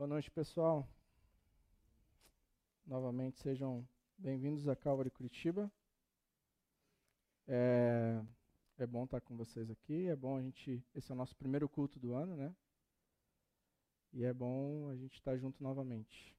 Boa noite, pessoal. Novamente, sejam bem-vindos a Calvary Curitiba. É bom estar com vocês aqui, esse é o nosso primeiro culto do ano, né? E é bom a gente estar junto novamente.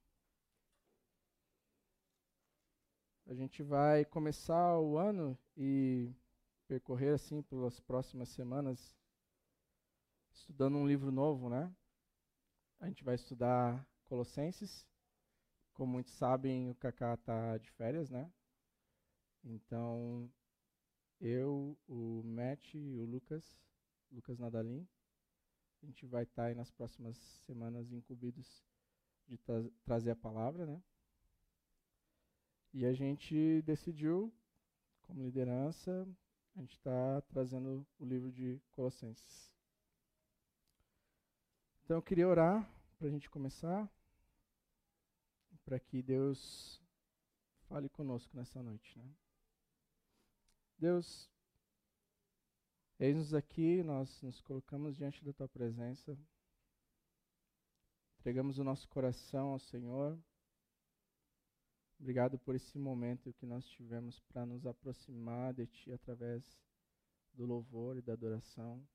A gente vai começar o ano e percorrer assim pelas próximas semanas estudando um livro novo, né? A gente vai estudar Colossenses. Como muitos sabem, o Kaká está de férias, né? Então, eu, o Matt e o Lucas Nadalim, a gente vai estar aí nas próximas semanas incumbidos de trazer a palavra, né? E a gente decidiu, como liderança, a gente está trazendo o livro de Colossenses. Então, eu queria orar para a gente começar, para que Deus fale conosco nessa noite, né? Deus, eis-nos aqui, nós nos colocamos diante da Tua presença, entregamos o nosso coração ao Senhor. Obrigado por esse momento que nós tivemos para nos aproximar de Ti através do louvor e da adoração,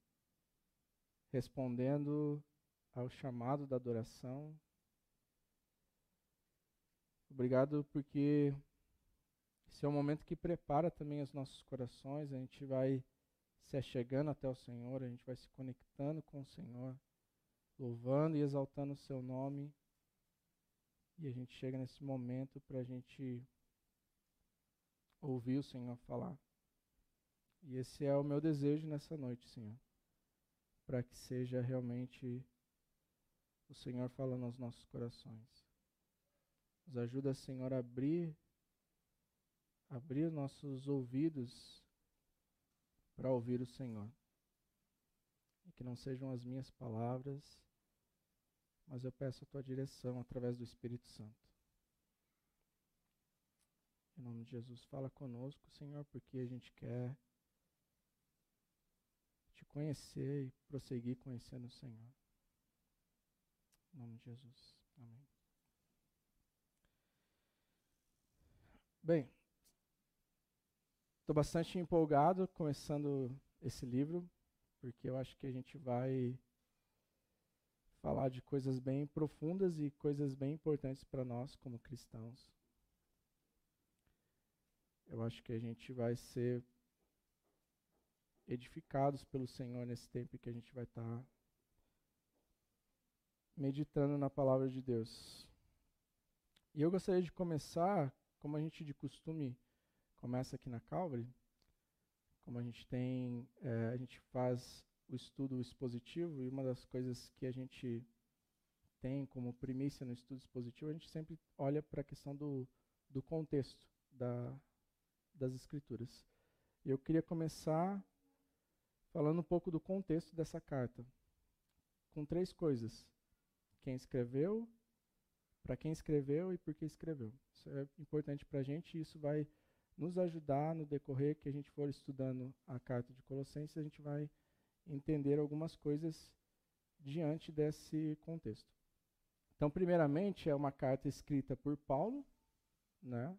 respondendo ao chamado da adoração. Obrigado porque esse é um momento que prepara também os nossos corações, a gente vai se achegando até o Senhor, a gente vai se conectando com o Senhor, louvando e exaltando o Seu nome. E a gente chega nesse momento para a gente ouvir o Senhor falar. E esse é o meu desejo nessa noite, Senhor, para que seja realmente o Senhor falando aos nossos corações. Nos ajuda, Senhor, a abrir nossos ouvidos para ouvir o Senhor. E que não sejam as minhas palavras, mas eu peço a Tua direção através do Espírito Santo. Em nome de Jesus, fala conosco, Senhor, porque a gente quer Te conhecer e prosseguir conhecendo o Senhor. Em nome de Jesus. Amém. Bem, estou bastante empolgado começando esse livro, porque eu acho que a gente vai falar de coisas bem profundas e coisas bem importantes para nós como cristãos. Eu acho que a gente vai ser edificados pelo Senhor nesse tempo que a gente vai estar meditando na palavra de Deus. E eu gostaria de começar, como a gente de costume começa aqui na Calvary, como a gente a gente faz o estudo expositivo, e uma das coisas que a gente tem como primícia no estudo expositivo, a gente sempre olha para a questão do contexto das Escrituras. E eu queria começar falando um pouco do contexto dessa carta, com 3 coisas: quem escreveu, para quem escreveu e por que escreveu. Isso é importante para a gente e isso vai nos ajudar no decorrer que a gente for estudando a carta de Colossenses, a gente vai entender algumas coisas diante desse contexto. Então, primeiramente, é uma carta escrita por Paulo, né?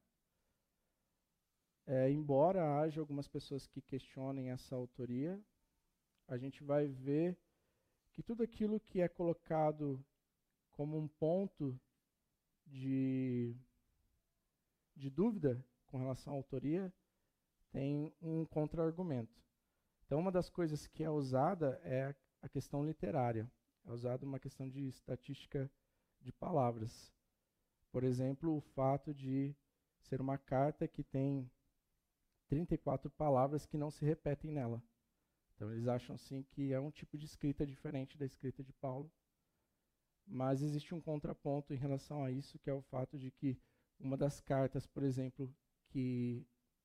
Embora haja algumas pessoas que questionem essa autoria, a gente vai ver que tudo aquilo que é colocado como um ponto de dúvida com relação à autoria tem um contra-argumento. Então, uma das coisas que é usada é a questão literária. É usada uma questão de estatística de palavras. Por exemplo, o fato de ser uma carta que tem 34 palavras que não se repetem nela. Então, eles acham assim que é um tipo de escrita diferente da escrita de Paulo. Mas existe um contraponto em relação a isso, que é o fato de que uma das cartas, por exemplo, que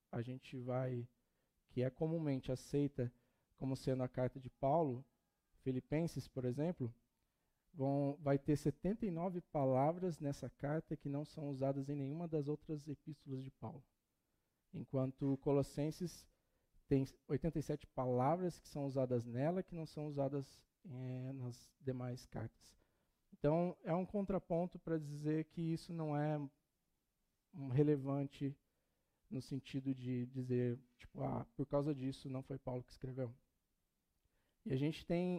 é comumente aceita como sendo a carta de Paulo, Filipenses, por exemplo, vai ter 79 palavras nessa carta que não são usadas em nenhuma das outras epístolas de Paulo. Enquanto Colossenses tem 87 palavras que são usadas nela, que não são usadas nas demais cartas. Então, é um contraponto para dizer que isso não é relevante no sentido de dizer, tipo, por causa disso não foi Paulo que escreveu. E a gente tem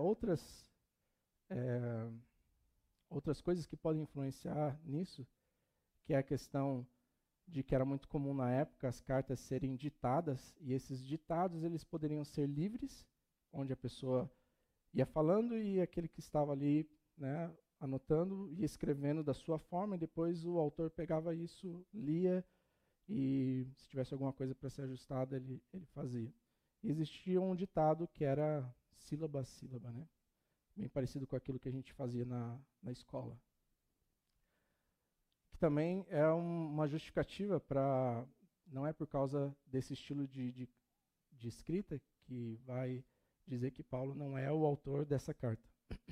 outras coisas que podem influenciar nisso, que é a questão de que era muito comum na época as cartas serem ditadas, e esses ditados eles poderiam ser livres, onde a pessoa ia falando e aquele que estava ali, né, anotando e escrevendo da sua forma, e depois o autor pegava isso, lia, e se tivesse alguma coisa para ser ajustada, ele fazia. E existia um ditado que era sílaba a sílaba, né? Bem parecido com aquilo que a gente fazia na escola. Que também é uma justificativa para... Não é por causa desse estilo de escrita que vai dizer que Paulo não é o autor dessa carta.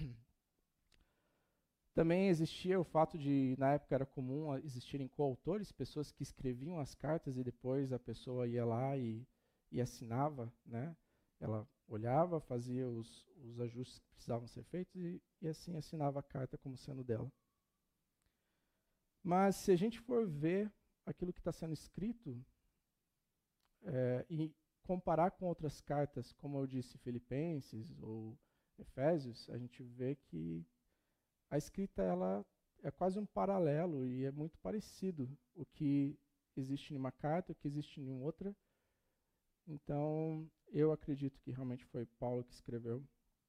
Também existia o fato de, na época era comum existirem coautores, pessoas que escreviam as cartas e depois a pessoa ia lá e assinava, né? Ela olhava, fazia os ajustes que precisavam ser feitos e assim assinava a carta como sendo dela. Mas se a gente for ver aquilo que está sendo escrito e comparar com outras cartas, como eu disse, Filipenses ou Efésios, a gente vê que a escrita ela é quase um paralelo e é muito parecido o que existe em uma carta, o que existe em outra. Então, eu acredito que realmente foi Paulo que escreveu.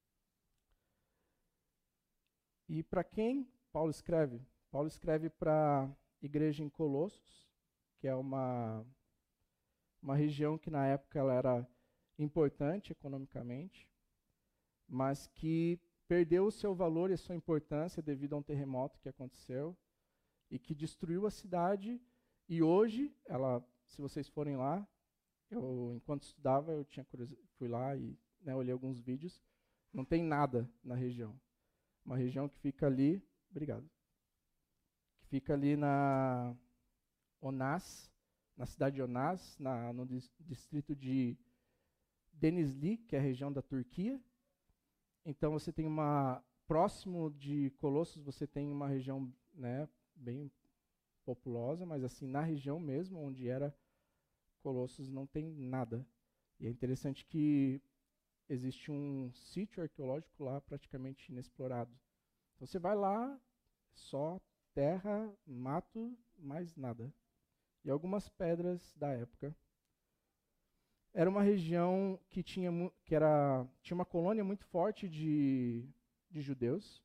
E para quem Paulo escreve? Paulo escreve para a igreja em Colossos, que é uma região que na época ela era importante economicamente, mas que perdeu o seu valor e a sua importância devido a um terremoto que aconteceu e que destruiu a cidade. E hoje, se vocês forem lá, enquanto estudava, fui lá e olhei alguns vídeos, não tem nada na região. Uma região que fica ali, obrigado, que fica ali na Onás, na cidade de Onás, no distrito de Denizli, que é a região da Turquia. Então você tem próximo de Colossos, você tem uma região, né, bem populosa, mas assim na região mesmo onde era Colossos não tem nada. E é interessante que existe um sítio arqueológico lá praticamente inexplorado. Então você vai lá, só terra, mato, mais nada. E algumas pedras da época. Era uma região que tinha uma colônia muito forte de judeus.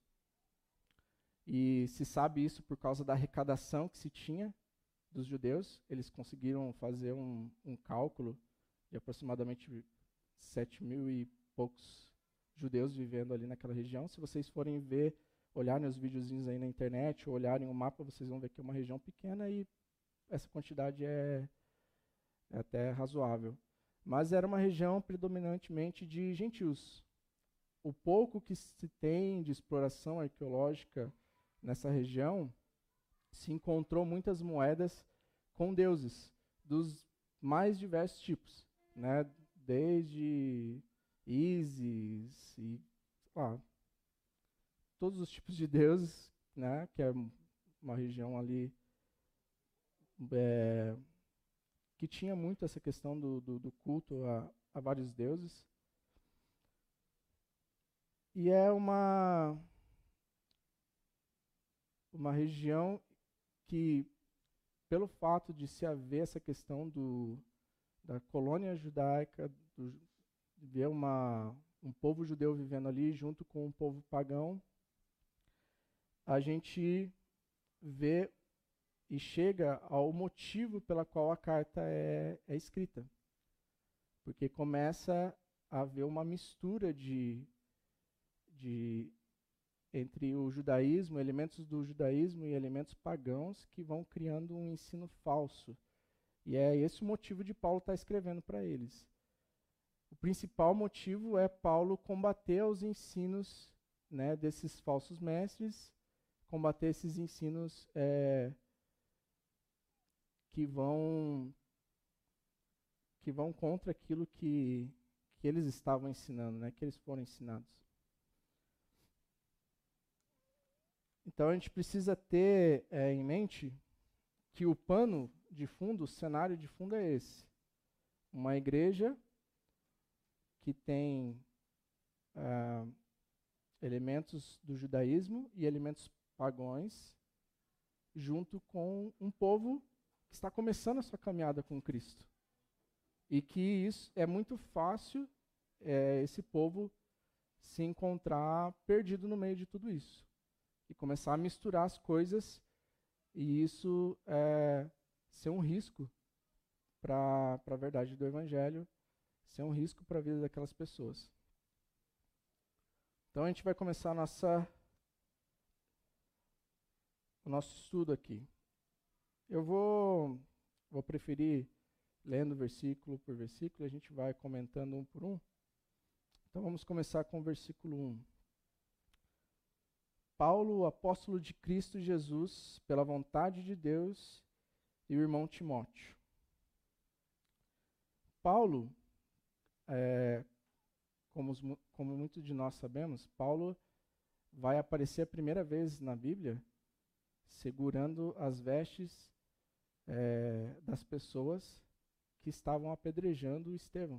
E se sabe isso por causa da arrecadação que se tinha dos judeus. Eles conseguiram fazer um cálculo de aproximadamente 7.000 e poucos judeus vivendo ali naquela região. Se vocês forem ver, olharem os videozinhos aí na internet, ou olharem o mapa, vocês vão ver que é uma região pequena e essa quantidade é até razoável. Mas era uma região predominantemente de gentios. O pouco que se tem de exploração arqueológica nessa região, se encontrou muitas moedas com deuses, dos mais diversos tipos, né? Desde Ísis e todos os tipos de deuses, né? Que é uma região ali que tinha muito essa questão do culto a vários deuses. E é uma região que, pelo fato de se haver essa questão da colônia judaica, de ver um povo judeu vivendo ali junto com um povo pagão, a gente vê e chega ao motivo pela qual a carta é escrita. Porque começa a haver uma mistura entre o judaísmo, elementos do judaísmo e elementos pagãos que vão criando um ensino falso. E é esse o motivo de Paulo estar escrevendo para eles. O principal motivo é Paulo combater os ensinos, né, desses falsos mestres, combater esses ensinos que vão contra aquilo que eles estavam ensinando, né, que eles foram ensinados. Então a gente precisa ter em mente que o pano de fundo, o cenário de fundo é esse. Uma igreja que tem elementos do judaísmo e elementos pagãos, junto com um povo que está começando a sua caminhada com Cristo. E que isso é muito fácil esse povo se encontrar perdido no meio de tudo isso. E começar a misturar as coisas, e isso ser um risco para a verdade do Evangelho, ser um risco para a vida daquelas pessoas. Então a gente vai começar o nosso estudo aqui. Eu vou preferir lendo versículo por versículo, a gente vai comentando um por um. Então vamos começar com o versículo 1. Paulo, apóstolo de Cristo Jesus, pela vontade de Deus, e o irmão Timóteo. Paulo, como muitos de nós sabemos, Paulo vai aparecer a primeira vez na Bíblia segurando as vestes das pessoas que estavam apedrejando Estevão.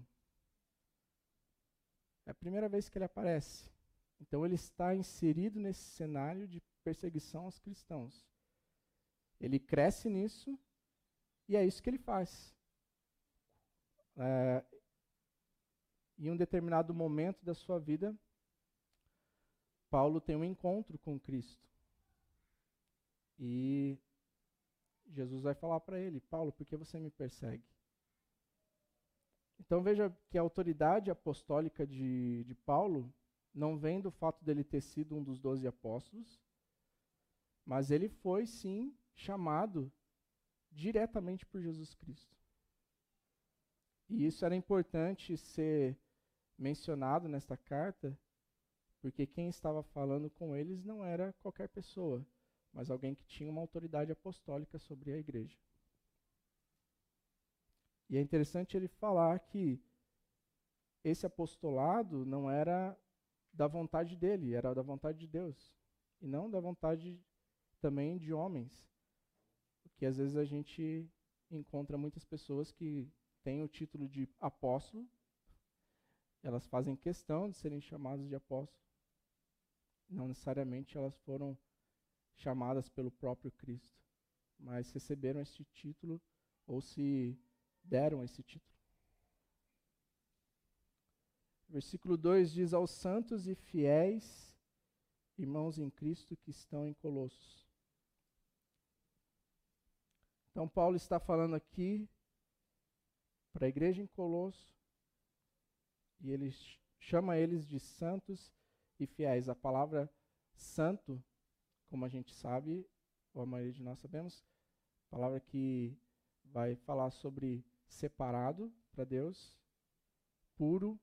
É a primeira vez que ele aparece. Então ele está inserido nesse cenário de perseguição aos cristãos. Ele cresce nisso e é isso que ele faz. Em um determinado momento da sua vida, Paulo tem um encontro com Cristo. E Jesus vai falar para ele: Paulo, por que você me persegue? Então veja que a autoridade apostólica de Paulo não vem do fato dele ter sido um dos 12 apóstolos, mas ele foi sim chamado diretamente por Jesus Cristo. E isso era importante ser mencionado nesta carta, porque quem estava falando com eles não era qualquer pessoa, mas alguém que tinha uma autoridade apostólica sobre a igreja. E é interessante ele falar que esse apostolado não era da vontade dele, era da vontade de Deus. E não da vontade também de homens. Porque às vezes a gente encontra muitas pessoas que têm o título de apóstolo, elas fazem questão de serem chamadas de apóstolo. Não necessariamente elas foram chamadas pelo próprio Cristo, mas receberam esse título ou se deram esse título. Versículo 2 diz: aos santos e fiéis irmãos em Cristo que estão em Colossos. Então Paulo está falando aqui para a igreja em Colosso, e ele chama eles de santos e fiéis. A palavra santo, como a gente sabe, ou a maioria de nós sabemos, palavra que vai falar sobre separado para Deus, puro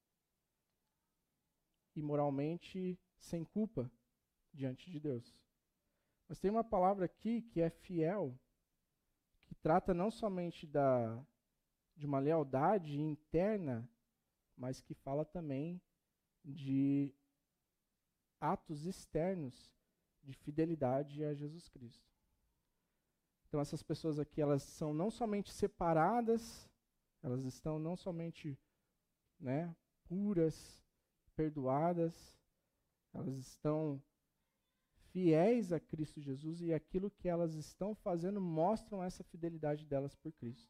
e moralmente sem culpa diante de Deus. Mas tem uma palavra aqui que é fiel, que trata não somente de uma lealdade interna, mas que fala também de atos externos de fidelidade a Jesus Cristo. Então essas pessoas aqui, elas são não somente separadas, elas estão não somente puras, perdoadas, elas estão fiéis a Cristo Jesus, e aquilo que elas estão fazendo mostram essa fidelidade delas por Cristo.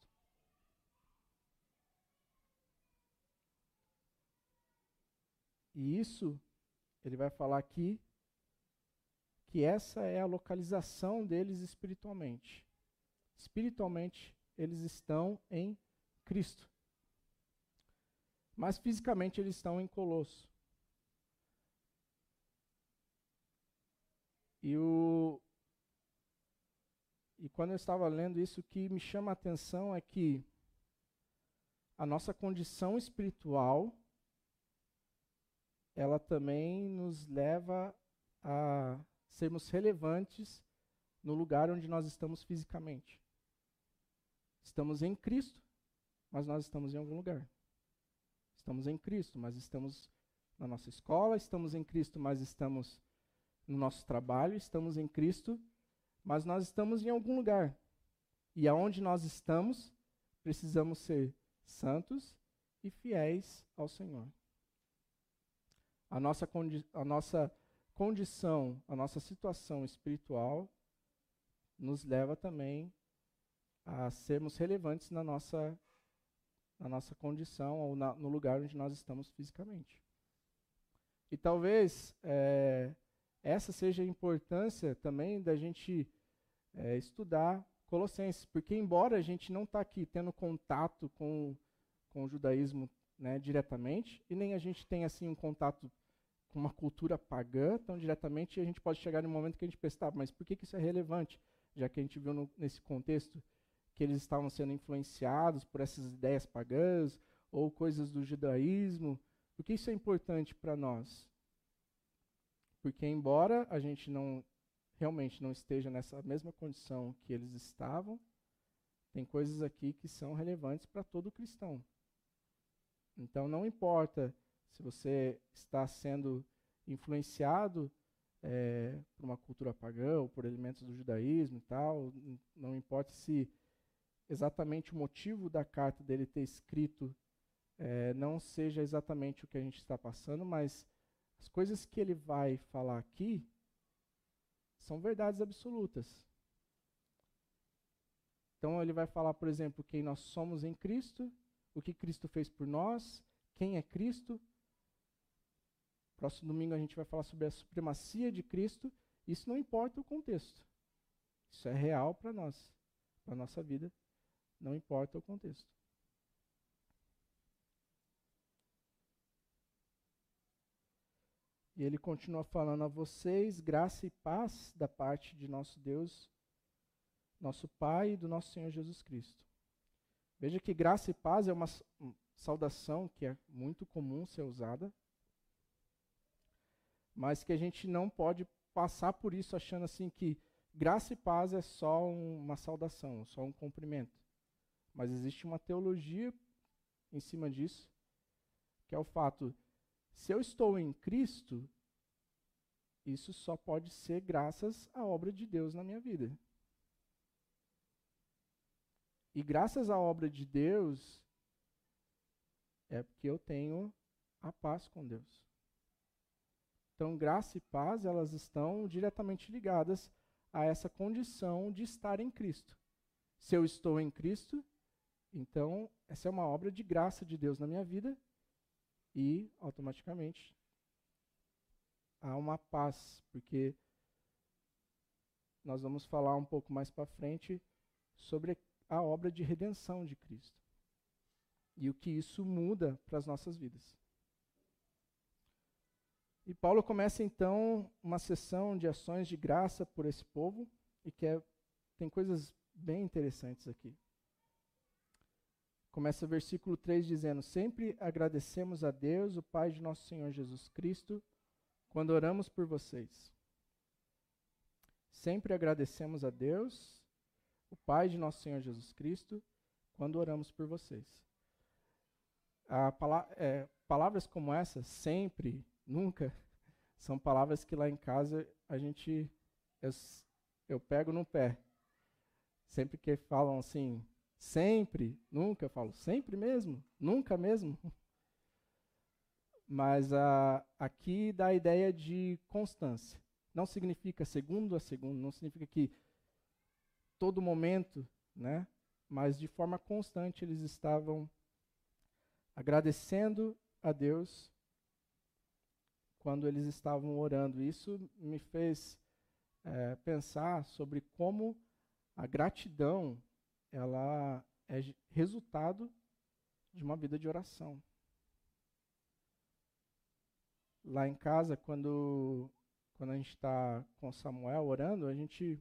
E isso, ele vai falar aqui, que essa é a localização deles espiritualmente. Espiritualmente, eles estão em Cristo. Mas fisicamente eles estão em Colosso. E quando eu estava lendo isso, o que me chama a atenção é que a nossa condição espiritual, ela também nos leva a sermos relevantes no lugar onde nós estamos fisicamente. Estamos em Cristo, mas nós estamos em algum lugar. Estamos em Cristo, mas estamos na nossa escola, estamos em Cristo, mas estamos no nosso trabalho, estamos em Cristo, mas nós estamos em algum lugar. E aonde nós estamos, precisamos ser santos e fiéis ao Senhor. A nossa condição, a nossa situação espiritual nos leva também a sermos relevantes na nossa condição ou no lugar onde nós estamos fisicamente. E talvez essa seja a importância também da gente estudar Colossenses, porque embora a gente não está aqui tendo contato com o judaísmo, né, diretamente, e nem a gente tem assim um contato com uma cultura pagã tão diretamente, a gente pode chegar num momento que a gente pensa, tá, mas por que isso é relevante? Já que a gente viu nesse contexto que eles estavam sendo influenciados por essas ideias pagãs ou coisas do judaísmo. Por que isso é importante para nós? Porque embora a gente realmente não esteja nessa mesma condição que eles estavam, tem coisas aqui que são relevantes para todo cristão. Então não importa se você está sendo influenciado por uma cultura pagã ou por elementos do judaísmo e tal, não importa se exatamente o motivo da carta dele ter escrito não seja exatamente o que a gente está passando, mas as coisas que ele vai falar aqui são verdades absolutas. Então ele vai falar, por exemplo, quem nós somos em Cristo, o que Cristo fez por nós, quem é Cristo. Próximo domingo a gente vai falar sobre a supremacia de Cristo. Isso não importa o contexto. Isso é real para nós, para a nossa vida. Não importa o contexto. E ele continua falando a vocês, graça e paz da parte de nosso Deus, nosso Pai e do nosso Senhor Jesus Cristo. Veja que graça e paz é uma saudação que é muito comum ser usada, mas que a gente não pode passar por isso achando assim que graça e paz é só uma saudação, só um cumprimento. Mas existe uma teologia em cima disso, que é o fato, se eu estou em Cristo, isso só pode ser graças à obra de Deus na minha vida. E graças à obra de Deus, é porque eu tenho a paz com Deus. Então, graça e paz, elas estão diretamente ligadas a essa condição de estar em Cristo. Se eu estou em Cristo, então essa é uma obra de graça de Deus na minha vida e, automaticamente, há uma paz, porque nós vamos falar um pouco mais para frente sobre a obra de redenção de Cristo e o que isso muda para as nossas vidas. E Paulo começa então uma sessão de ações de graça por esse povo e tem coisas bem interessantes aqui. Começa o versículo 3 dizendo: sempre agradecemos a Deus, o Pai de nosso Senhor Jesus Cristo, quando oramos por vocês. Sempre agradecemos a Deus, o Pai de nosso Senhor Jesus Cristo, quando oramos por vocês. Palavras como essa, sempre, nunca, são palavras que lá em casa eu pego no pé. Sempre que falam assim, sempre, nunca, eu falo, sempre mesmo? Nunca mesmo? Mas aqui dá a ideia de constância. Não significa segundo a segundo, não significa que todo momento, né? Mas de forma constante eles estavam agradecendo a Deus quando eles estavam orando. Isso me fez pensar sobre como a gratidão ela é resultado de uma vida de oração. Lá em casa, quando a gente está com Samuel orando, a gente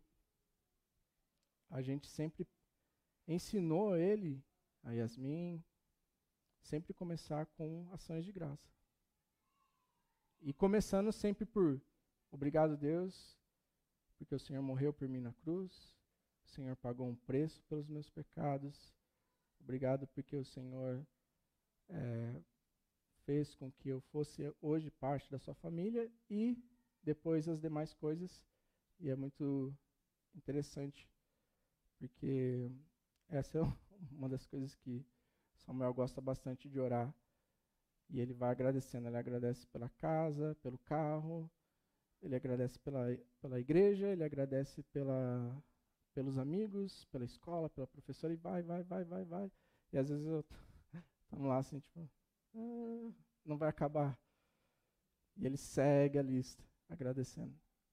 sempre ensinou ele, a Yasmin, sempre começar com ações de graça. E começando sempre por, obrigado Deus, porque o Senhor morreu por mim na cruz, o Senhor pagou um preço pelos meus pecados, obrigado porque o Senhor fez com que eu fosse hoje parte da sua família e depois as demais coisas. E é muito interessante, porque essa é uma das coisas que Samuel gosta bastante de orar. E ele vai agradecendo. Ele agradece pela casa, pelo carro, ele agradece pela igreja, ele agradece pelos amigos, pela escola, pela professora, e vai. E às vezes estamos lá assim, tipo, não vai acabar. E ele segue a lista, agradecendo.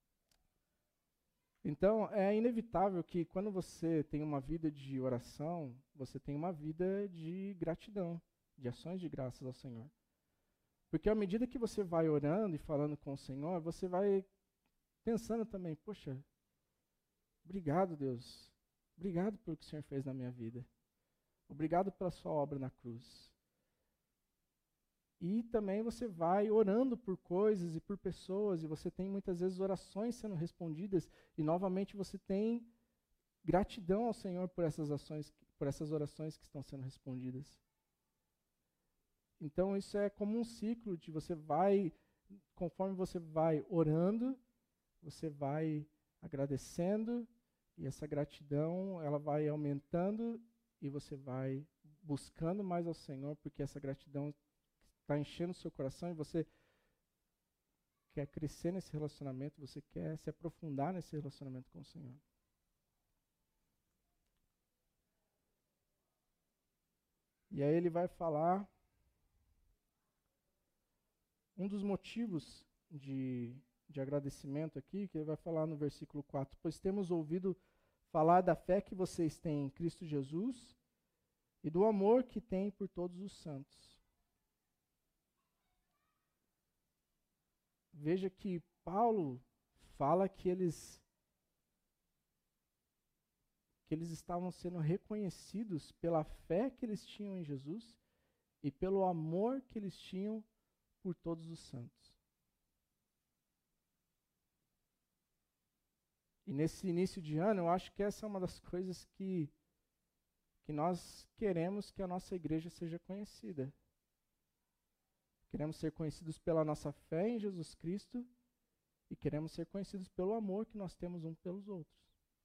Então, é inevitável que quando você tem uma vida de oração, você tem uma vida de gratidão, de ações de graças ao Senhor. Porque à medida que você vai orando e falando com o Senhor, você vai pensando também, poxa, obrigado, Deus. Obrigado pelo que o Senhor fez na minha vida. Obrigado pela sua obra na cruz. E também você vai orando por coisas e por pessoas, e você tem muitas vezes orações sendo respondidas, e novamente você tem gratidão ao Senhor por essas ações, por essas orações que estão sendo respondidas. Então isso é como um ciclo de você vai, conforme você vai orando, você vai agradecendo, e essa gratidão ela vai aumentando, e você vai buscando mais ao Senhor, porque essa gratidão está enchendo o seu coração e você quer crescer nesse relacionamento, você quer se aprofundar nesse relacionamento com o Senhor. E aí ele vai falar um dos motivos de agradecimento aqui, que ele vai falar no versículo 4. Pois temos ouvido falar da fé que vocês têm em Cristo Jesus e do amor que têm por todos os santos. Veja que Paulo fala que eles estavam sendo reconhecidos pela fé que eles tinham em Jesus e pelo amor que eles tinham por todos os santos. E nesse início de ano, eu acho que essa é uma das coisas que nós queremos que a nossa igreja seja conhecida. Queremos ser conhecidos pela nossa fé em Jesus Cristo e queremos ser conhecidos pelo amor que nós temos uns pelos outros.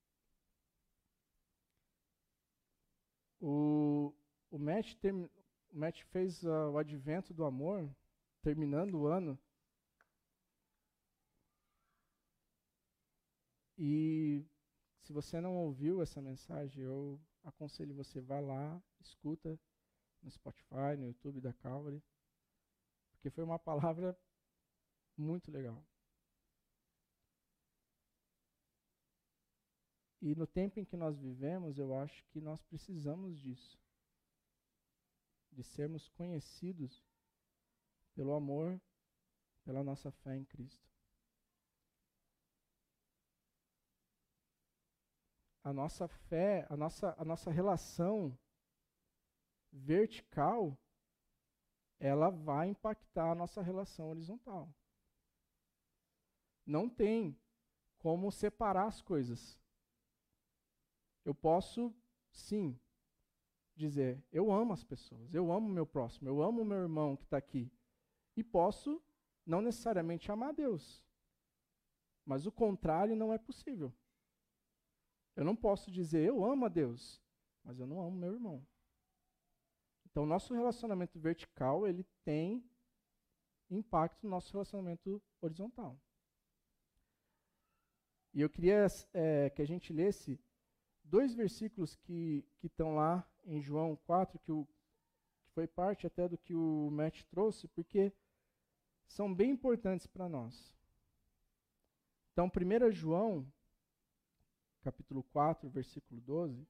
O Matt fez o Advento do Amor, terminando o ano. E se você não ouviu essa mensagem, eu aconselho você, vá lá, escuta no Spotify, no YouTube da Calvary, porque foi uma palavra muito legal. E no tempo em que nós vivemos, eu acho que nós precisamos disso, de sermos conhecidos pelo amor, pela nossa fé em Cristo. A nossa fé, a nossa relação vertical, ela vai impactar a nossa relação horizontal. Não tem como separar as coisas. Eu posso, sim, dizer, eu amo as pessoas, eu amo o meu próximo, eu amo o meu irmão que está aqui. E posso não necessariamente amar Deus. Mas o contrário não é possível. Eu não posso dizer, eu amo a Deus, mas eu não amo meu irmão. Então, nosso relacionamento vertical, ele tem impacto no nosso relacionamento horizontal. E eu queria que a gente lesse 2 versículos que estão lá em João 4, que foi parte até do que o Matt trouxe, porque são bem importantes para nós. Então, 1 João, capítulo 4, versículo 12,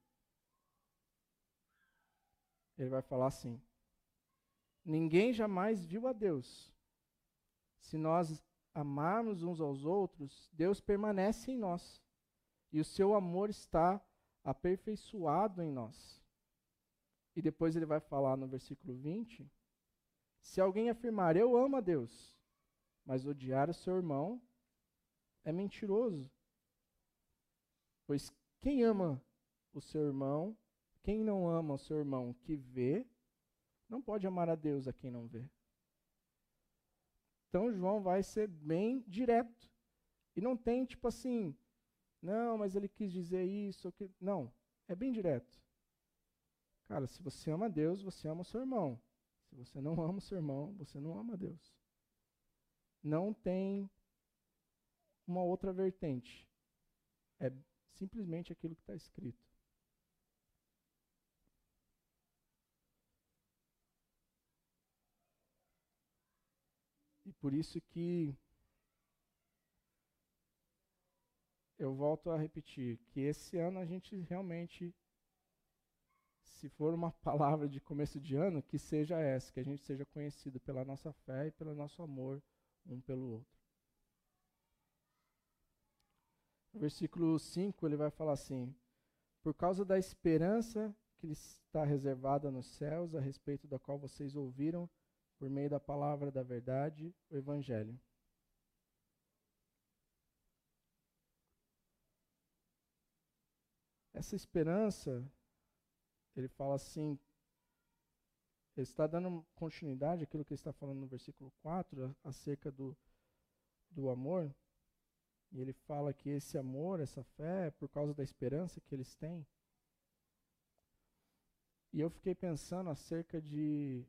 ele vai falar assim: ninguém jamais viu a Deus. Se nós amarmos uns aos outros, Deus permanece em nós, e o seu amor está aperfeiçoado em nós. E depois ele vai falar no versículo 20, se alguém afirmar, eu amo a Deus, mas odiar o seu irmão, é mentiroso. Pois quem ama o seu irmão, quem não ama o seu irmão que vê, não pode amar a Deus a quem não vê. Então João vai ser bem direto. E não tem tipo assim, não, mas ele quis dizer isso. Ou que... Não, é bem direto. Cara, se você ama Deus, você ama o seu irmão. Se você não ama o seu irmão, você não ama Deus. Não tem uma outra vertente. É simplesmente aquilo que está escrito. E por isso que eu volto a repetir, que esse ano a gente realmente, se for uma palavra de começo de ano, que seja essa, que a gente seja conhecido pela nossa fé e pelo nosso amor um pelo outro. No versículo 5 ele vai falar assim: por causa da esperança que lhes está reservada nos céus, a respeito da qual vocês ouviram, por meio da palavra da verdade, o Evangelho. Essa esperança, ele fala assim, ele está dando continuidade àquilo que ele está falando no versículo 4, acerca do amor. E ele fala que esse amor, essa fé, é por causa da esperança que eles têm. E eu fiquei pensando acerca de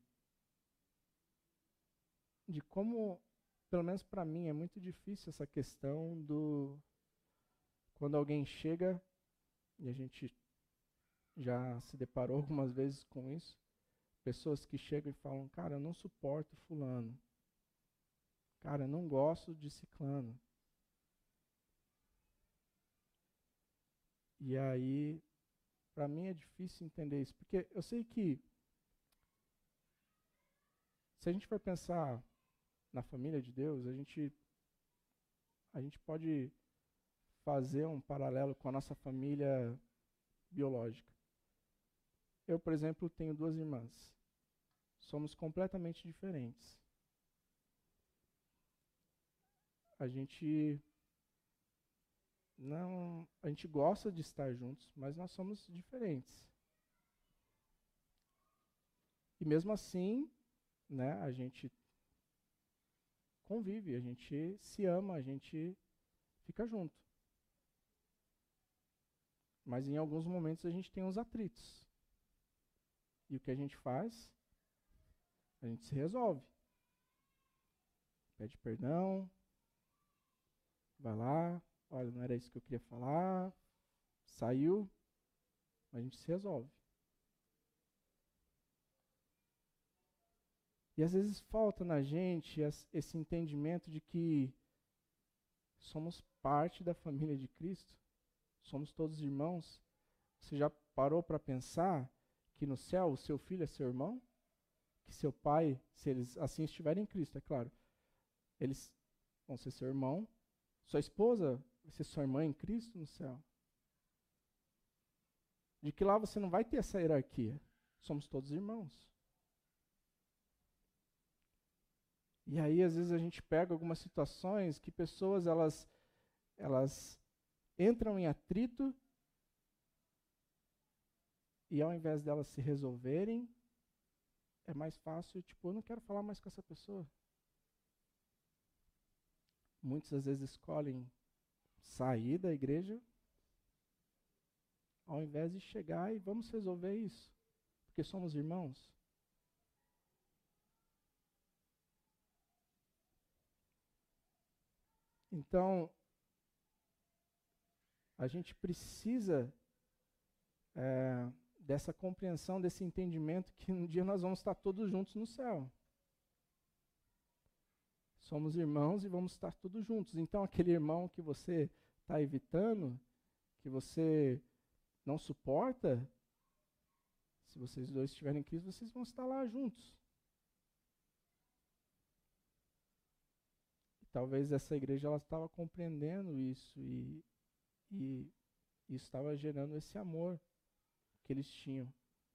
como, pelo menos para mim, é muito difícil essa questão do... Quando alguém chega, e a gente já se deparou algumas vezes com isso, pessoas que chegam e falam, cara, eu não suporto fulano. Cara, eu não gosto de ciclano. E aí, para mim é difícil entender isso, porque eu sei que se a gente for pensar na família de Deus, a gente pode fazer um paralelo com a nossa família biológica. Eu, por exemplo, tenho 2 irmãs. Somos completamente diferentes. A gente gosta de estar juntos, mas nós somos diferentes. E mesmo assim, né, a gente convive, a gente se ama, a gente fica junto. Mas em alguns momentos a gente tem uns atritos. E o que a gente faz? A gente se resolve. Pede perdão, vai lá, olha, não era isso que eu queria falar, saiu, a gente se resolve. E às vezes falta na gente esse entendimento de que somos parte da família de Cristo, somos todos irmãos. Você já parou para pensar que no céu o seu filho é seu irmão? Que seu pai, se eles assim estiverem em Cristo, é claro, eles vão ser seu irmão, sua esposa vai ser sua irmã em Cristo no céu. De que lá você não vai ter essa hierarquia. Somos todos irmãos. E aí, às vezes, a gente pega algumas situações que pessoas, elas entram em atrito e ao invés delas se resolverem, é mais fácil, tipo, eu não quero falar mais com essa pessoa. Muitas às vezes escolhem sair da igreja ao invés de chegar e vamos resolver isso, porque somos irmãos. Então, a gente precisa dessa compreensão, desse entendimento que um dia nós vamos estar todos juntos no céu. Somos irmãos e vamos estar todos juntos. Então, aquele irmão que você está evitando, que você não suporta, se vocês dois estiverem em Cristo, vocês vão estar lá juntos. E talvez essa igreja ela estava compreendendo isso e isso estava gerando esse amor que eles tinham.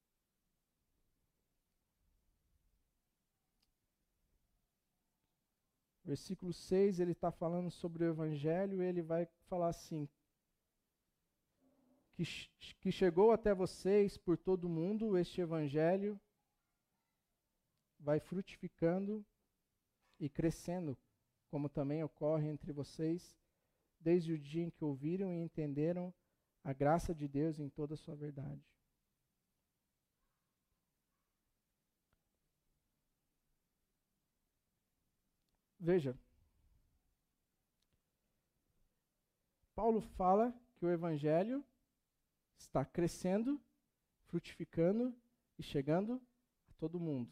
Versículo 6, ele está falando sobre o Evangelho, e ele vai falar assim, que chegou até vocês por todo mundo, este Evangelho vai frutificando e crescendo, como também ocorre entre vocês, desde o dia em que ouviram e entenderam a graça de Deus em toda a sua verdade. Veja, Paulo fala que o evangelho está crescendo, frutificando e chegando a todo mundo.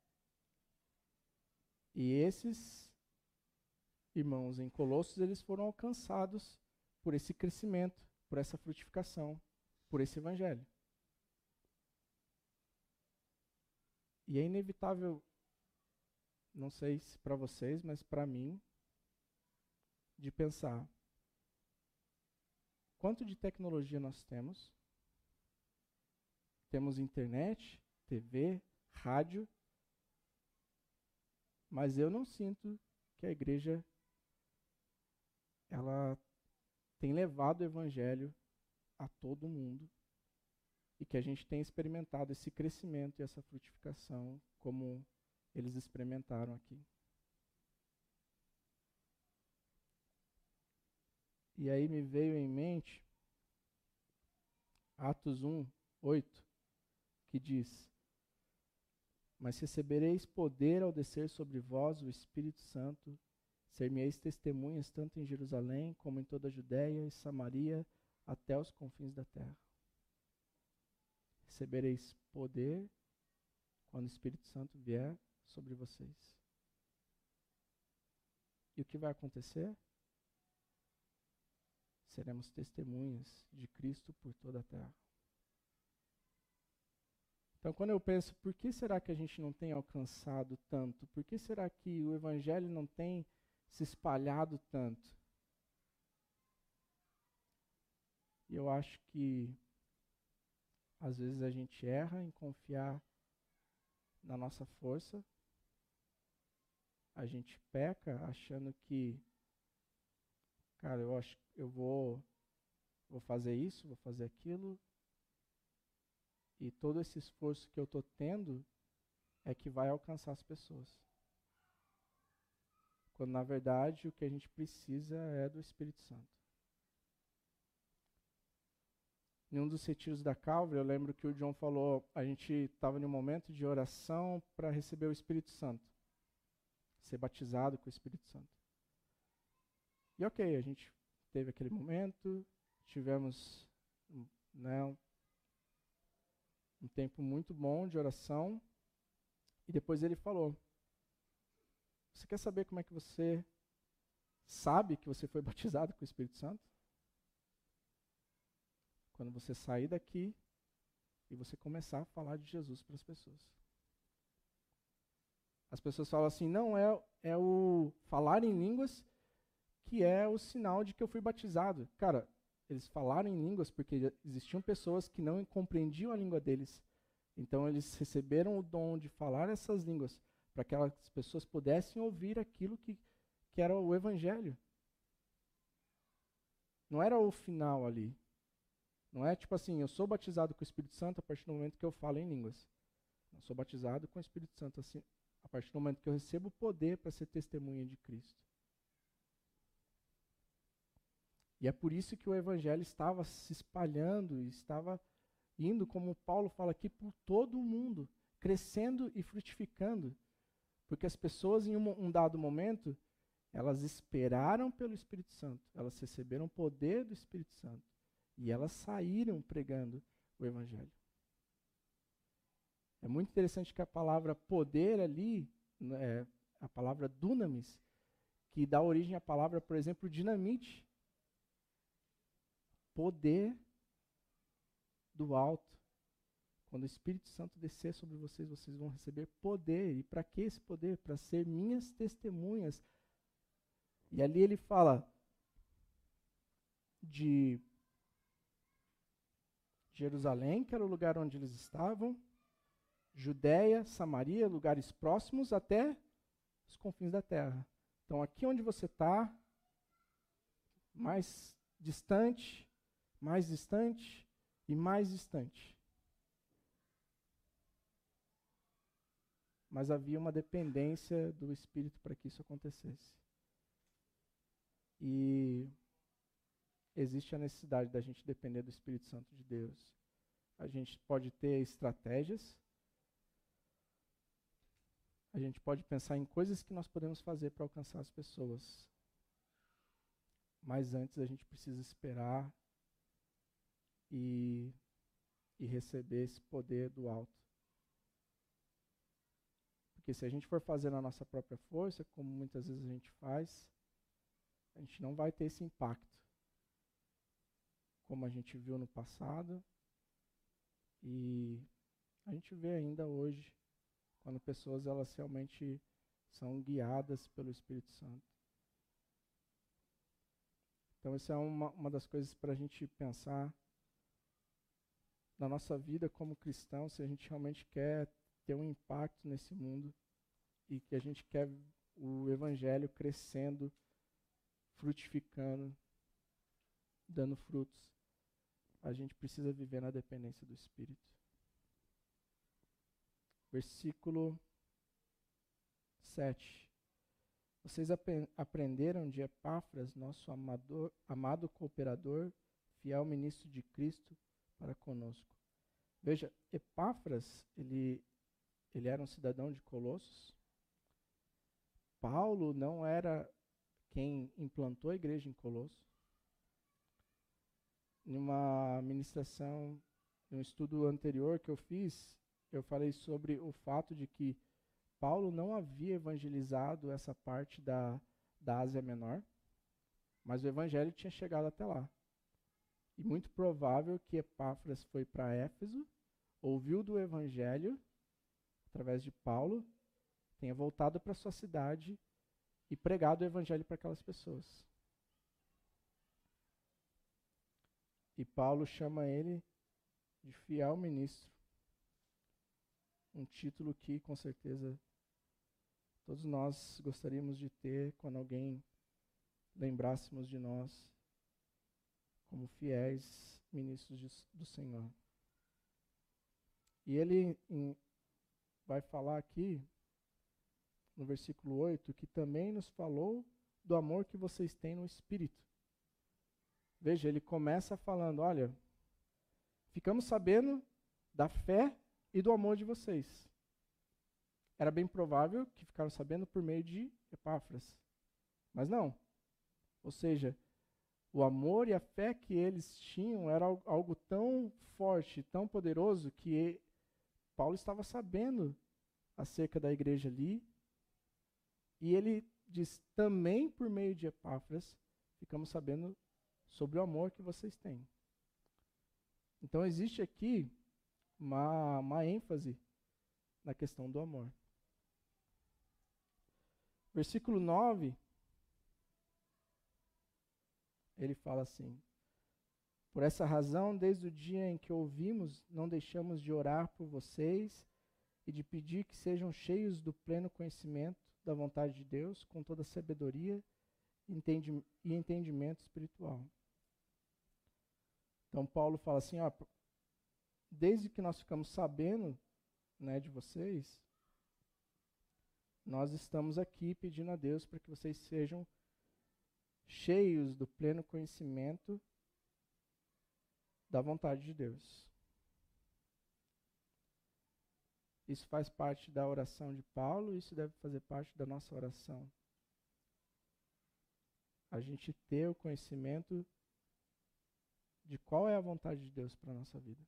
E esses irmãos em Colossos, eles foram alcançados por esse crescimento, por essa frutificação, por esse evangelho. E é inevitável, não sei se para vocês, mas para mim, de pensar quanto de tecnologia nós temos. Temos internet, TV, rádio, mas eu não sinto que a igreja ela tem levado o evangelho a todo mundo e que a gente tem experimentado esse crescimento e essa frutificação como eles experimentaram aqui. E aí me veio em mente Atos 1:8, que diz: Mas recebereis poder ao descer sobre vós o Espírito Santo, ser-me-eis testemunhas tanto em Jerusalém como em toda a Judéia e Samaria, até os confins da terra. Recebereis poder quando o Espírito Santo vier sobre vocês. E o que vai acontecer? Seremos testemunhas de Cristo por toda a terra. Então, quando eu penso, por que será que a gente não tem alcançado tanto? Por que será que o evangelho não tem se espalhado tanto? E eu acho que, às vezes, a gente erra em confiar na nossa força. A gente peca achando que, cara, eu acho que eu vou fazer isso, vou fazer aquilo, e todo esse esforço que eu estou tendo é que vai alcançar as pessoas. Quando, na verdade, o que a gente precisa é do Espírito Santo. Em um dos retiros da Calvary, eu lembro que o John falou, a gente estava em um momento de oração para receber o Espírito Santo, ser batizado com o Espírito Santo. E ok, a gente teve aquele momento, tivemos um tempo muito bom de oração, e depois ele falou, você quer saber como é que você sabe que você foi batizado com o Espírito Santo? Quando você sair daqui e você começar a falar de Jesus para as pessoas. As pessoas falam assim, não, é o falar em línguas que é o sinal de que eu fui batizado. Cara, eles falaram em línguas porque existiam pessoas que não compreendiam a língua deles. Então eles receberam o dom de falar essas línguas para que aquelas pessoas pudessem ouvir aquilo que era o evangelho. Não era o final ali. Não é tipo assim, eu sou batizado com o Espírito Santo a partir do momento que eu falo em línguas. Eu sou batizado com o Espírito Santo assim, a partir do momento que eu recebo o poder para ser testemunha de Cristo. E é por isso que o evangelho estava se espalhando, estava indo, como Paulo fala aqui, por todo o mundo, crescendo e frutificando. Porque as pessoas, em um dado momento, elas esperaram pelo Espírito Santo, elas receberam o poder do Espírito Santo. E elas saíram pregando o evangelho. É muito interessante que a palavra poder ali, a palavra dunamis, que dá origem à palavra, por exemplo, dinamite. Poder do alto. Quando o Espírito Santo descer sobre vocês, vocês vão receber poder. E para que esse poder? Para ser minhas testemunhas. E ali ele fala de Jerusalém, que era o lugar onde eles estavam, Judéia, Samaria, lugares próximos até os confins da terra. Então, aqui onde você está, mais distante e mais distante. Mas havia uma dependência do Espírito para que isso acontecesse. E existe a necessidade da gente depender do Espírito Santo de Deus. A gente pode ter estratégias, a gente pode pensar em coisas que nós podemos fazer para alcançar as pessoas. Mas antes a gente precisa esperar e receber esse poder do alto. Porque se a gente for fazer na nossa própria força, como muitas vezes a gente faz, a gente não vai ter esse impacto, como a gente viu no passado, e a gente vê ainda hoje, quando pessoas elas realmente são guiadas pelo Espírito Santo. Então, essa é uma das coisas para a gente pensar na nossa vida como cristão, se a gente realmente quer ter um impacto nesse mundo e que a gente quer o Evangelho crescendo, frutificando, dando frutos. A gente precisa viver na dependência do Espírito. Versículo 7. Vocês aprenderam de Epáfras, nosso amado cooperador, fiel ministro de Cristo para conosco. Veja, Epáfras, ele era um cidadão de Colossos. Paulo não era quem implantou a igreja em Colossos. Em uma ministração, em um estudo anterior que eu fiz, eu falei sobre o fato de que Paulo não havia evangelizado essa parte da Ásia Menor, mas o evangelho tinha chegado até lá. E muito provável que Epáfras foi para Éfeso, ouviu do evangelho, através de Paulo, tenha voltado para sua cidade e pregado o evangelho para aquelas pessoas. E Paulo chama ele de fiel ministro. Um título que, com certeza, todos nós gostaríamos de ter quando alguém lembrássemos de nós como fiéis ministros do Senhor. E ele vai falar aqui, no versículo 8, que também nos falou do amor que vocês têm no Espírito. Veja, ele começa falando, olha, ficamos sabendo da fé e do amor de vocês. Era bem provável que ficaram sabendo por meio de Epáfras. Mas não. Ou seja, o amor e a fé que eles tinham era algo tão forte, tão poderoso, que Paulo estava sabendo acerca da igreja ali. E ele diz, também por meio de Epáfras, ficamos sabendo sobre o amor que vocês têm. Então existe aqui uma ênfase na questão do amor. Versículo 9, ele fala assim: por essa razão, desde o dia em que ouvimos, não deixamos de orar por vocês e de pedir que sejam cheios do pleno conhecimento da vontade de Deus, com toda sabedoria e entendimento espiritual. Então Paulo fala assim, ó, desde que nós ficamos sabendo, né, de vocês, nós estamos aqui pedindo a Deus para que vocês sejam cheios do pleno conhecimento da vontade de Deus. Isso faz parte da oração de Paulo, isso deve fazer parte da nossa oração. A gente ter o conhecimento de qual é a vontade de Deus para a nossa vida.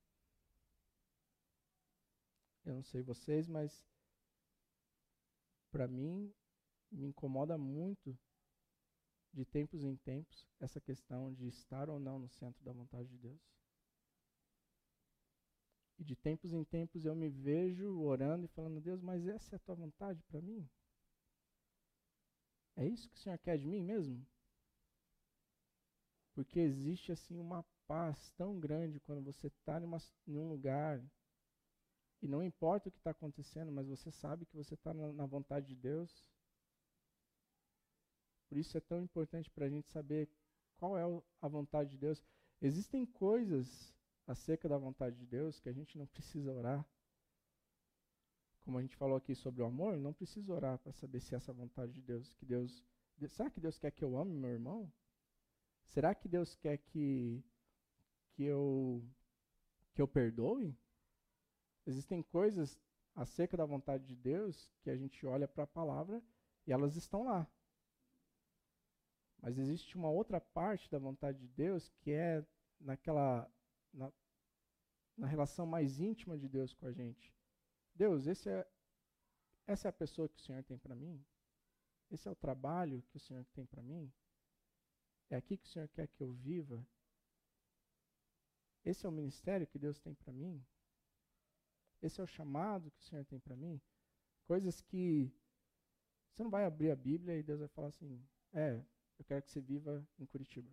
Eu não sei vocês, mas para mim, me incomoda muito, de tempos em tempos, essa questão de estar ou não no centro da vontade de Deus. E de tempos em tempos eu me vejo orando e falando, Deus, mas essa é a tua vontade para mim? É isso que o Senhor quer de mim mesmo? Porque existe assim uma paz tão grande quando você está em um lugar e não importa o que está acontecendo, mas você sabe que você está na vontade de Deus. Por isso é tão importante para a gente saber qual é a vontade de Deus. Existem coisas acerca da vontade de Deus que a gente não precisa orar. Como a gente falou aqui sobre o amor, não precisa orar para saber se essa é a vontade de Deus. Será que Deus quer que eu ame meu irmão? será que Deus quer que eu perdoe? Existem coisas acerca da vontade de Deus que a gente olha para a palavra e elas estão lá. Mas existe uma outra parte da vontade de Deus que é na relação mais íntima de Deus com a gente. Deus, essa é a pessoa que o Senhor tem para mim? Esse é o trabalho que o Senhor tem para mim? É aqui que o Senhor quer que eu viva? Esse é o ministério que Deus tem para mim? Esse é o chamado que o Senhor tem para mim? Coisas que você não vai abrir a Bíblia e Deus vai falar assim, eu quero que você viva em Curitiba.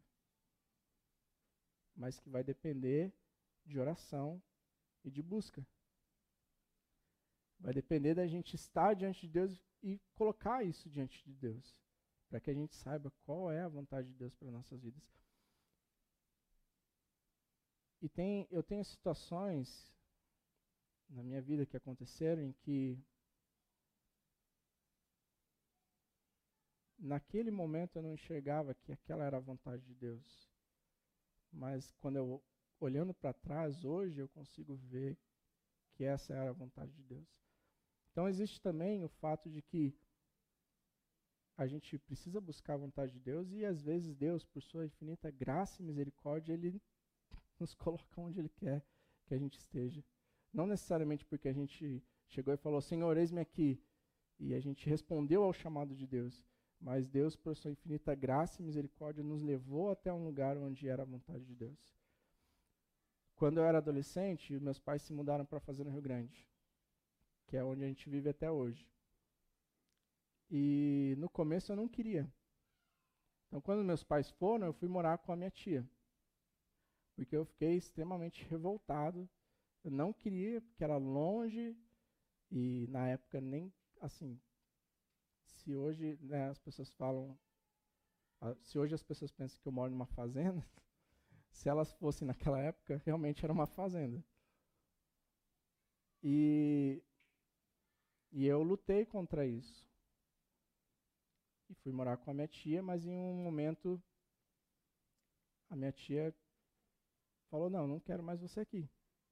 Mas que vai depender de oração e de busca. Vai depender da gente estar diante de Deus e colocar isso diante de Deus, para que a gente saiba qual é a vontade de Deus para nossas vidas. E eu tenho situações na minha vida que aconteceram em que naquele momento eu não enxergava que aquela era a vontade de Deus. Mas quando eu, olhando para trás, hoje eu consigo ver que essa era a vontade de Deus. Então existe também o fato de que a gente precisa buscar a vontade de Deus e às vezes Deus, por sua infinita graça e misericórdia, Ele nos coloca onde Ele quer que a gente esteja. Não necessariamente porque a gente chegou e falou, Senhor, eis-me aqui, e a gente respondeu ao chamado de Deus, mas Deus, por sua infinita graça e misericórdia, nos levou até um lugar onde era a vontade de Deus. Quando eu era adolescente, meus pais se mudaram para Fazenda Rio Grande, que é onde a gente vive até hoje. E no começo eu não queria. Então, quando meus pais foram, eu fui morar com a minha tia, porque eu fiquei extremamente revoltado. Eu não queria, porque era longe, e na época nem, assim, se hoje, né, as pessoas falam, se hoje as pessoas pensam que eu moro numa fazenda, se elas fossem naquela época, realmente era uma fazenda. E eu lutei contra isso. E fui morar com a minha tia, mas em um momento a minha tia falou, não quero mais você aqui.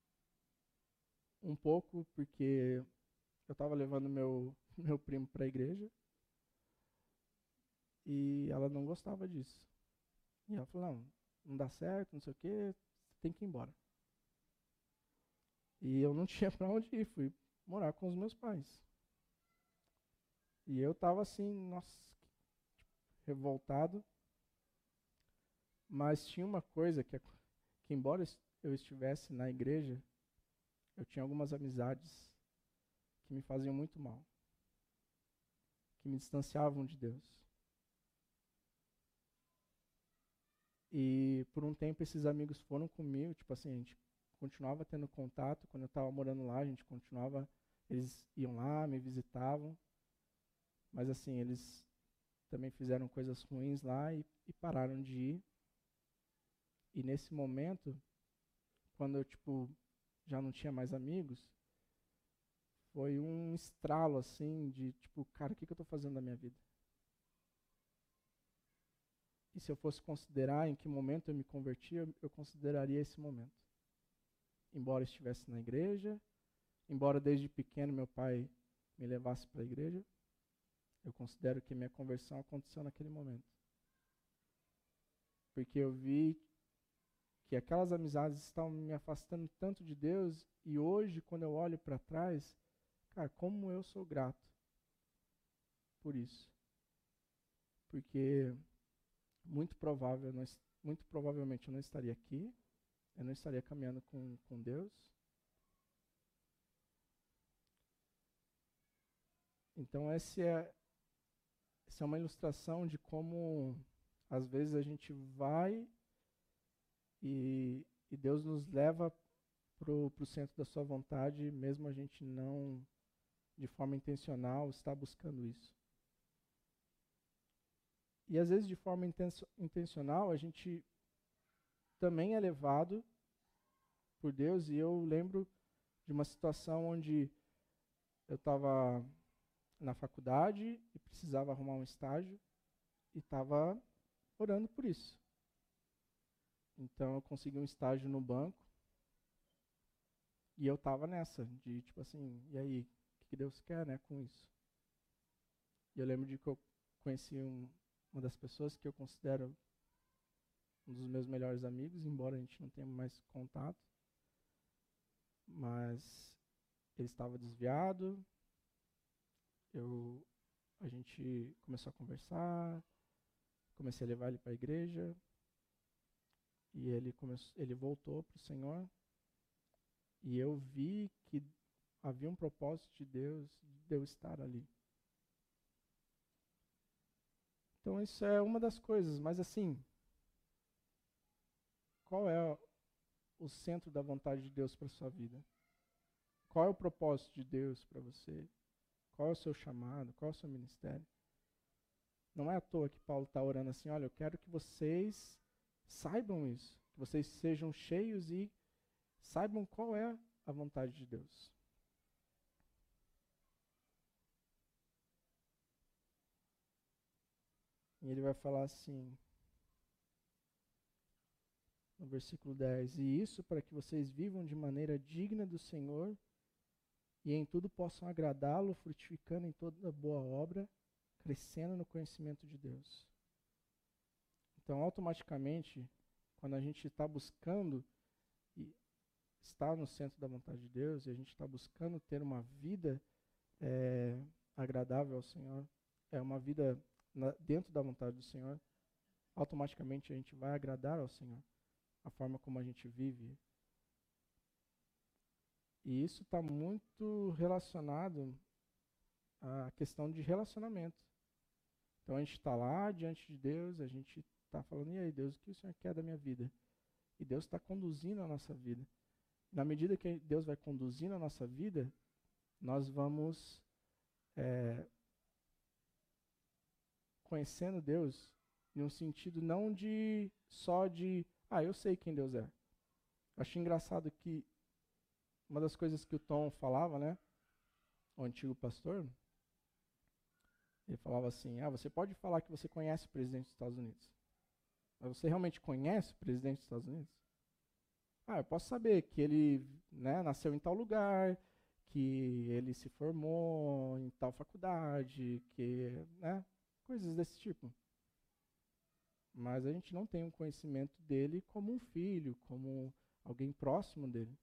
Um pouco porque eu estava levando meu primo para a igreja e ela não gostava disso. E ela falou, não dá certo, não sei o quê, tem que ir embora. E eu não tinha para onde ir, fui morar com os meus pais. E eu estava assim, nossa, revoltado. Mas tinha uma coisa que embora eu estivesse na igreja, eu tinha algumas amizades que me faziam muito mal, que me distanciavam de Deus. E por um tempo esses amigos foram comigo, tipo assim, a gente continuava tendo contato. Quando eu estava morando lá, a gente continuava, eles iam lá, me visitavam, mas assim, eles também fizeram coisas ruins lá e pararam de ir. E nesse momento, quando eu já não tinha mais amigos, foi um estralo assim de cara, o que eu estou fazendo da minha vida? E se eu fosse considerar em que momento eu me converti, eu consideraria esse momento. Embora estivesse na igreja, embora desde pequeno meu pai me levasse para a igreja, eu considero que minha conversão aconteceu naquele momento. Porque eu vi que aquelas amizades estavam me afastando tanto de Deus, e hoje, quando eu olho para trás, cara, como eu sou grato por isso. Porque muito provavelmente eu não estaria aqui, eu não estaria caminhando com Deus. Então essa é uma ilustração de como às vezes a gente vai e Deus nos leva para o centro da sua vontade, mesmo a gente não, de forma intencional, está buscando isso. E às vezes de forma intencional a gente também é levado por Deus. E eu lembro de uma situação onde eu estava na faculdade e precisava arrumar um estágio e estava orando por isso. Então eu consegui um estágio no banco e eu tava nessa, de tipo assim, e aí, o que Deus quer, né, com isso? E eu lembro de que eu conheci uma das pessoas que eu considero um dos meus melhores amigos, embora a gente não tenha mais contato, mas ele estava desviado, a gente começou a conversar, comecei a levar ele para a igreja, e ele voltou para o Senhor, e eu vi que havia um propósito de eu estar ali. Então isso é uma das coisas, mas assim, qual é o centro da vontade de Deus para a sua vida? Qual é o propósito de Deus para você? Qual é o seu chamado? Qual é o seu ministério? Não é à toa que Paulo está orando assim, olha, eu quero que vocês saibam isso, que vocês sejam cheios e saibam qual é a vontade de Deus. E ele vai falar assim, no versículo 10, e isso para que vocês vivam de maneira digna do Senhor e em tudo possam agradá-lo, frutificando em toda boa obra, crescendo no conhecimento de Deus. Então, automaticamente, quando a gente está buscando e está no centro da vontade de Deus, e a gente está buscando ter uma vida agradável ao Senhor, uma vida dentro da vontade do Senhor, automaticamente a gente vai agradar ao Senhor, a forma como a gente vive. E isso está muito relacionado à questão de relacionamento. Então a gente está lá diante de Deus, a gente está falando, e aí Deus, o que o Senhor quer da minha vida? E Deus está conduzindo a nossa vida. Na medida que Deus vai conduzindo a nossa vida, nós vamos conhecendo Deus em um sentido não só de, eu sei quem Deus é. Acho engraçado que uma das coisas que o Tom falava, né, o antigo pastor, ele falava assim, você pode falar que você conhece o presidente dos Estados Unidos, mas você realmente conhece o presidente dos Estados Unidos? Eu posso saber que ele, né, nasceu em tal lugar, que ele se formou em tal faculdade, que, né, coisas desse tipo. Mas a gente não tem um conhecimento dele como um filho, como alguém próximo dele.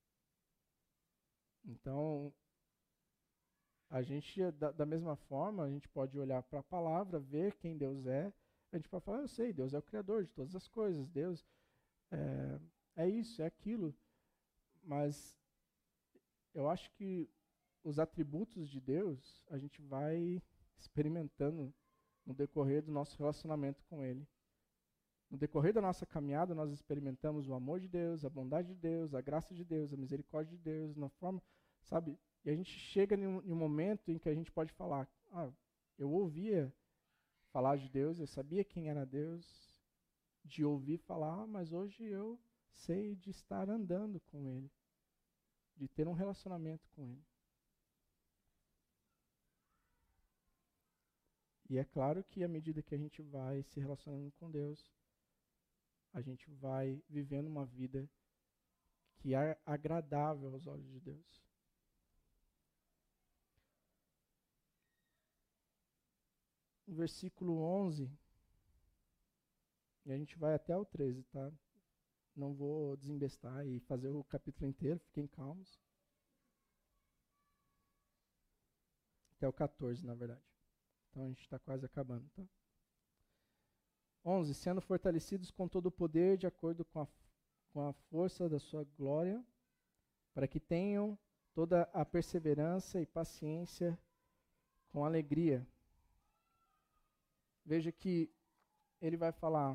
Então, a gente, da mesma forma, a gente pode olhar para a palavra, ver quem Deus é, a gente pode falar, eu sei, Deus é o Criador de todas as coisas, Deus é isso, é aquilo. Mas eu acho que os atributos de Deus, a gente vai experimentando no decorrer do nosso relacionamento com Ele. No decorrer da nossa caminhada, nós experimentamos o amor de Deus, a bondade de Deus, a graça de Deus, a misericórdia de Deus, na forma, sabe? E a gente chega em um momento em que a gente pode falar, eu ouvia falar de Deus, eu sabia quem era Deus, de ouvir falar, mas hoje eu sei de estar andando com Ele, de ter um relacionamento com Ele. E é claro que à medida que a gente vai se relacionando com Deus, a gente vai vivendo uma vida que é agradável aos olhos de Deus. No versículo 11, e a gente vai até o 13, tá? Não vou desembestar e fazer o capítulo inteiro, fiquem calmos. Até o 14, na verdade. Então a gente está quase acabando, tá? 11. Sendo fortalecidos com todo o poder, de acordo com a força da sua glória, para que tenham toda a perseverança e paciência com alegria. Veja que ele vai falar,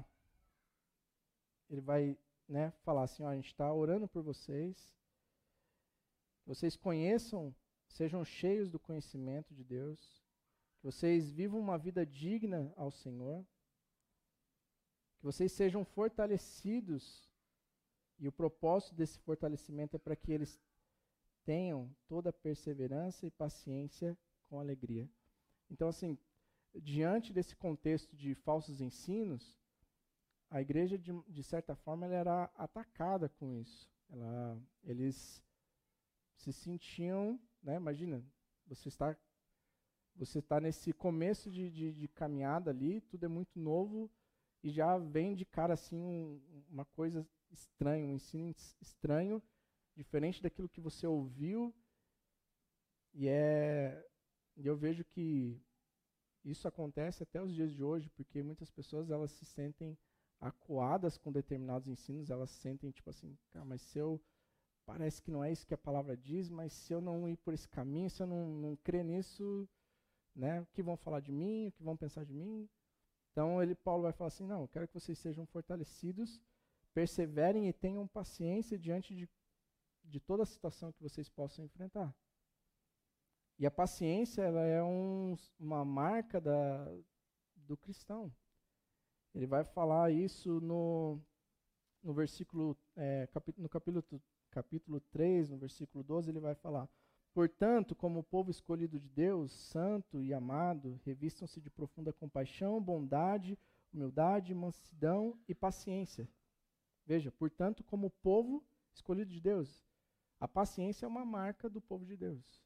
falar assim, a gente está orando por vocês, vocês conheçam, sejam cheios do conhecimento de Deus, que vocês vivam uma vida digna ao Senhor, que vocês sejam fortalecidos, e o propósito desse fortalecimento é para que eles tenham toda a perseverança e paciência com alegria. Então, assim, diante desse contexto de falsos ensinos, a igreja, de certa forma, ela era atacada com isso. Eles se sentiam, né, imagina, você está nesse começo de caminhada ali, tudo é muito novo, e já vem de cara assim uma coisa estranha, um ensino estranho, diferente daquilo que você ouviu, e eu vejo que isso acontece até os dias de hoje, porque muitas pessoas elas se sentem acuadas com determinados ensinos, elas se sentem tipo assim, cara, mas parece que não é isso que a palavra diz, mas se eu não ir por esse caminho, se eu não crer nisso, né, o que vão falar de mim, o que vão pensar de mim? Então Paulo vai falar assim, não, eu quero que vocês sejam fortalecidos, perseverem e tenham paciência diante de toda a situação que vocês possam enfrentar. E a paciência, ela é uma marca do cristão. Ele vai falar isso no versículo, no capítulo 3, no versículo 12, ele vai falar: portanto, como povo escolhido de Deus, santo e amado, revistam-se de profunda compaixão, bondade, humildade, mansidão e paciência. Veja, portanto, como povo escolhido de Deus. A paciência é uma marca do povo de Deus.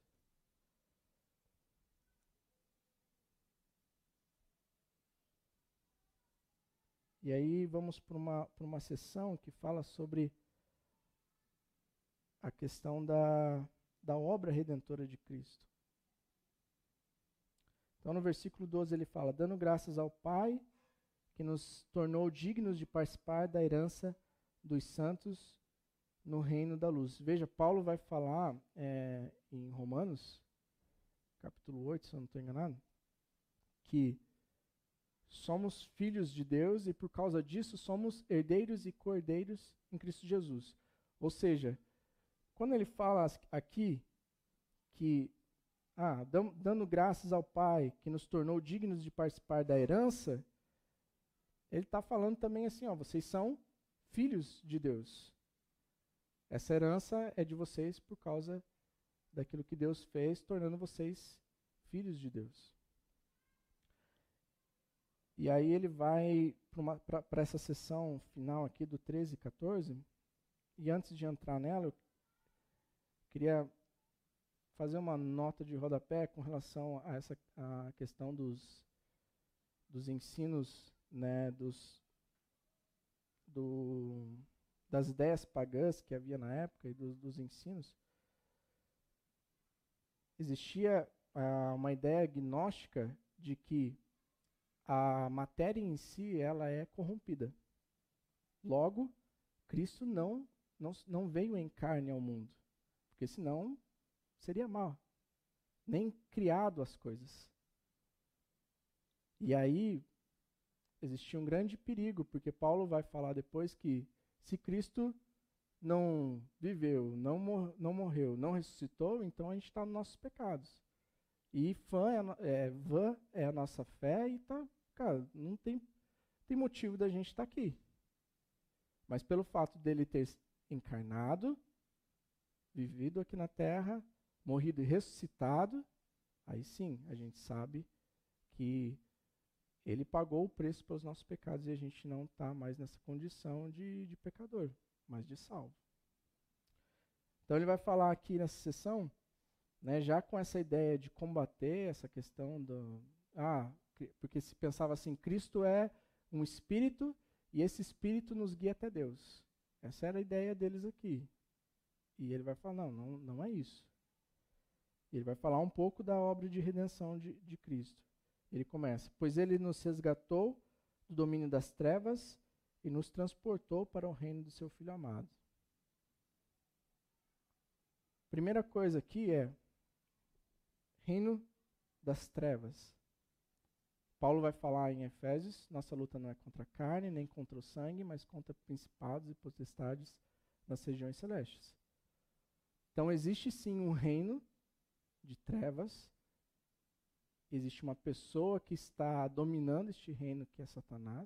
E aí vamos para uma sessão que fala sobre a questão da obra redentora de Cristo. Então no versículo 12 ele fala, dando graças ao Pai, que nos tornou dignos de participar da herança dos santos no reino da luz. Veja, Paulo vai falar em Romanos, capítulo 8, se eu não estou enganado, que somos filhos de Deus e por causa disso somos herdeiros e co-herdeiros em Cristo Jesus. Ou seja, quando ele fala aqui que, dando graças ao Pai que nos tornou dignos de participar da herança, ele está falando também assim, vocês são filhos de Deus. Essa herança é de vocês por causa daquilo que Deus fez, tornando vocês filhos de Deus. E aí ele vai para essa sessão final aqui do 13 e 14, e antes de entrar nela, eu queria fazer uma nota de rodapé com relação a a questão dos ensinos, né, das ideias pagãs que havia na época e dos ensinos. Existia uma ideia gnóstica de que a matéria em si ela é corrompida. Logo, Cristo não veio em carne ao mundo, porque senão seria mal, nem criado as coisas. E aí existia um grande perigo, porque Paulo vai falar depois que se Cristo não viveu, não morreu, não ressuscitou, então a gente está nos nossos pecados. E vã é a nossa fé e cara, não tem motivo da gente estar aqui. Mas pelo fato dele ter encarnado, vivido aqui na terra, morrido e ressuscitado, aí sim, a gente sabe que ele pagou o preço pelos nossos pecados e a gente não está mais nessa condição de pecador, mas de salvo. Então ele vai falar aqui nessa sessão, né, já com essa ideia de combater essa questão porque se pensava assim, Cristo é um espírito e esse espírito nos guia até Deus. Essa era a ideia deles aqui. E ele vai falar, não é isso. Ele vai falar um pouco da obra de redenção de Cristo. Ele começa, pois ele nos resgatou do domínio das trevas e nos transportou para o reino do seu Filho amado. Primeira coisa aqui é reino das trevas. Paulo vai falar em Efésios, nossa luta não é contra a carne, nem contra o sangue, mas contra principados e potestades nas regiões celestes. Então existe sim um reino de trevas, existe uma pessoa que está dominando este reino, que é Satanás.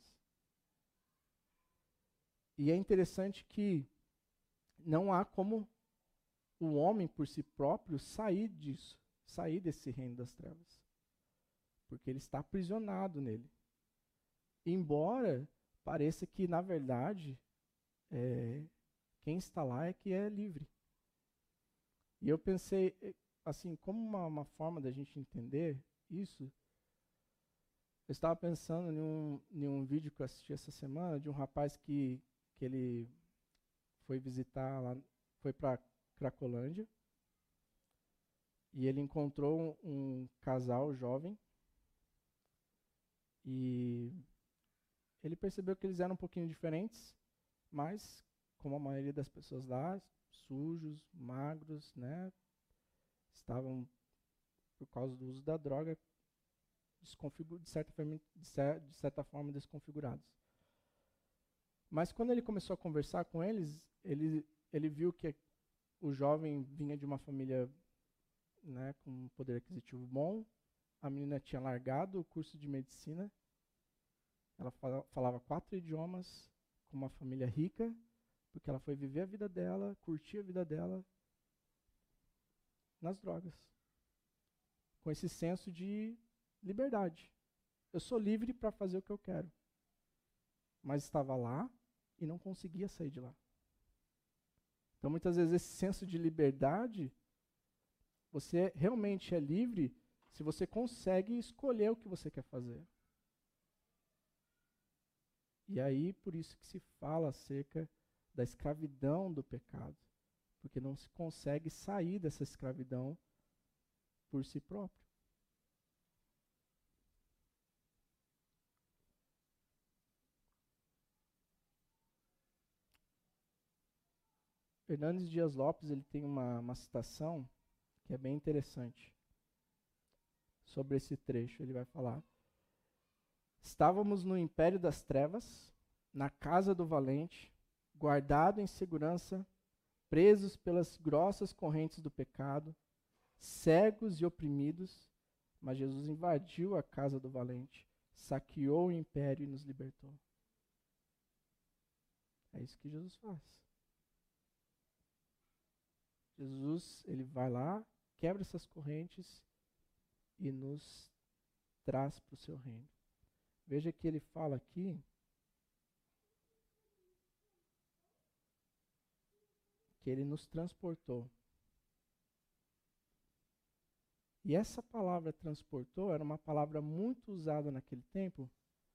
E é interessante que não há como o homem por si próprio sair desse reino das trevas. Porque ele está aprisionado nele. Embora pareça que, na verdade, quem está lá é que é livre. E eu pensei, assim, como uma forma da gente entender isso, eu estava pensando em um vídeo que eu assisti essa semana de um rapaz que ele foi visitar lá, foi para Cracolândia, e ele encontrou um casal jovem, e ele percebeu que eles eram um pouquinho diferentes, mas, como a maioria das pessoas lá, sujos, magros, né, estavam, por causa do uso da droga, de certa forma desconfigurados. Mas quando ele começou a conversar com eles, ele viu que o jovem vinha de uma família, né, com um poder aquisitivo bom, a menina tinha largado o curso de medicina, ela falava 4 idiomas, com uma família rica, porque ela foi viver a vida dela, curtir a vida dela nas drogas, com esse senso de liberdade. Eu sou livre para fazer o que eu quero. Mas estava lá e não conseguia sair de lá. Então, muitas vezes, esse senso de liberdade, você realmente é livre se você consegue escolher o que você quer fazer. E aí, por isso que se fala acerca da escravidão do pecado. Porque não se consegue sair dessa escravidão por si próprio. Hernandes Dias Lopes, ele tem uma citação que é bem interessante sobre esse trecho. Ele vai falar: estávamos no império das trevas, na casa do valente, guardado em segurança, presos pelas grossas correntes do pecado, cegos e oprimidos, mas Jesus invadiu a casa do valente, saqueou o império e nos libertou. É isso que Jesus faz. Jesus, ele vai lá, quebra essas correntes e nos traz para o seu reino. Veja que ele fala aqui que ele nos transportou. E essa palavra transportou era uma palavra muito usada naquele tempo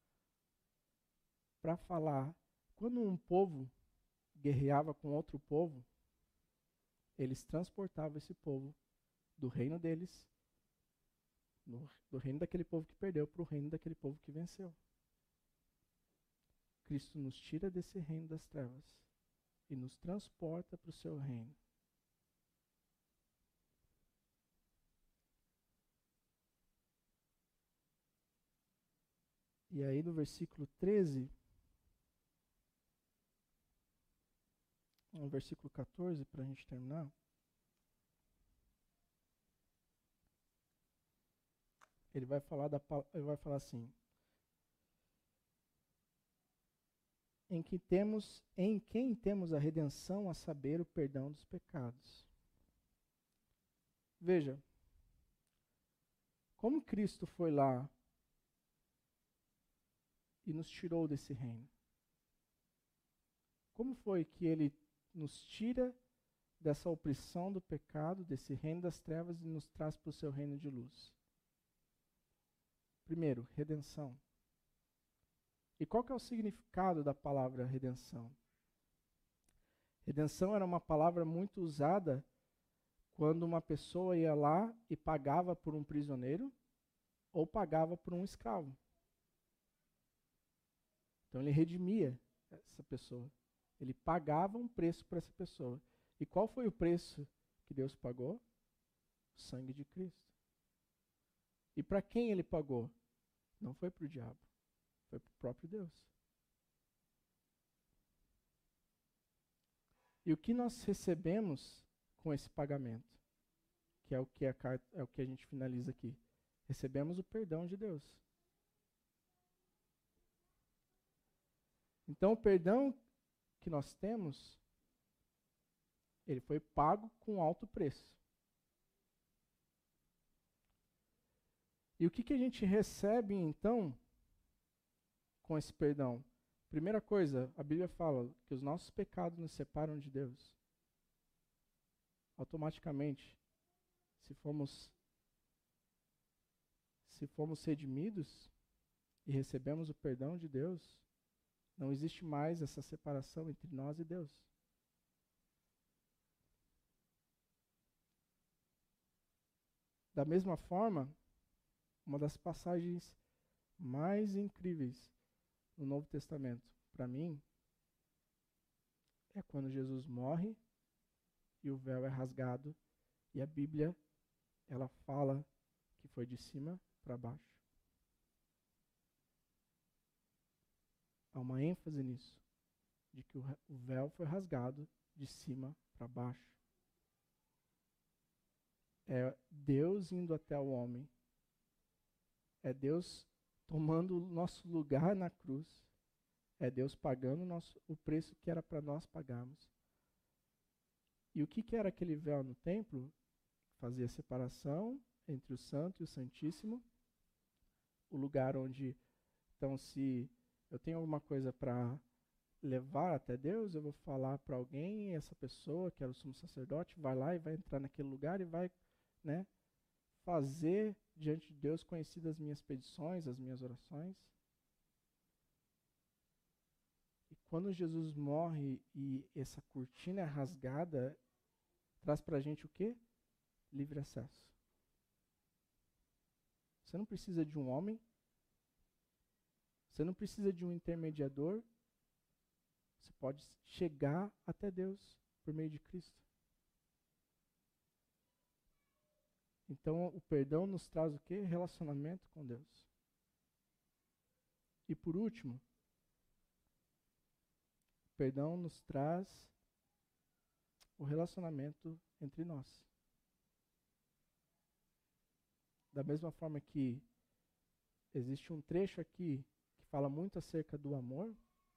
para falar quando um povo guerreava com outro povo, eles transportavam esse povo do reino deles, do reino daquele povo que perdeu, para o reino daquele povo que venceu. Cristo nos tira desse reino das trevas e nos transporta para o seu reino. E aí no versículo 13, no versículo 14, para a gente terminar, ele vai falar assim: em quem temos a redenção, a saber, o perdão dos pecados. Veja, como Cristo foi lá e nos tirou desse reino? Como foi que ele nos tira dessa opressão do pecado, desse reino das trevas, e nos traz para o seu reino de luz? Primeiro, redenção. E qual que é o significado da palavra redenção? Redenção era uma palavra muito usada quando uma pessoa ia lá e pagava por um prisioneiro ou pagava por um escravo. Então ele redimia essa pessoa. Ele pagava um preço para essa pessoa. E qual foi o preço que Deus pagou? O sangue de Cristo. E para quem ele pagou? Não foi para o diabo, foi para o próprio Deus. E o que nós recebemos com esse pagamento? Que é o que é o que a gente finaliza aqui. Recebemos o perdão de Deus. Então o perdão que nós temos, ele foi pago com alto preço. E o que a gente recebe, então, com esse perdão? Primeira coisa, a Bíblia fala que os nossos pecados nos separam de Deus. Automaticamente, se fomos redimidos e recebemos o perdão de Deus, não existe mais essa separação entre nós e Deus. Da mesma forma, uma das passagens mais incríveis no Novo Testamento, para mim, é quando Jesus morre e o véu é rasgado e a Bíblia, ela fala que foi de cima para baixo. Há uma ênfase nisso, de que o véu foi rasgado de cima para baixo. É Deus indo até o homem. É Deus tomando o nosso lugar na cruz. É Deus pagando o preço que era para nós pagarmos. E o que era aquele véu no templo? Fazia separação entre o santo e o santíssimo. O lugar onde, então, se eu tenho alguma coisa para levar até Deus, eu vou falar para alguém, e essa pessoa, que era o sumo sacerdote, vai lá e vai entrar naquele lugar e vai, né, fazer diante de Deus conhecidas as minhas petições, as minhas orações. E quando Jesus morre e essa cortina é rasgada, traz para a gente o quê? Livre acesso. Você não precisa de um homem, você não precisa de um intermediador, você pode chegar até Deus por meio de Cristo. Então, o perdão nos traz o quê? Relacionamento com Deus. E por último, o perdão nos traz o relacionamento entre nós. Da mesma forma que existe um trecho aqui que fala muito acerca do amor,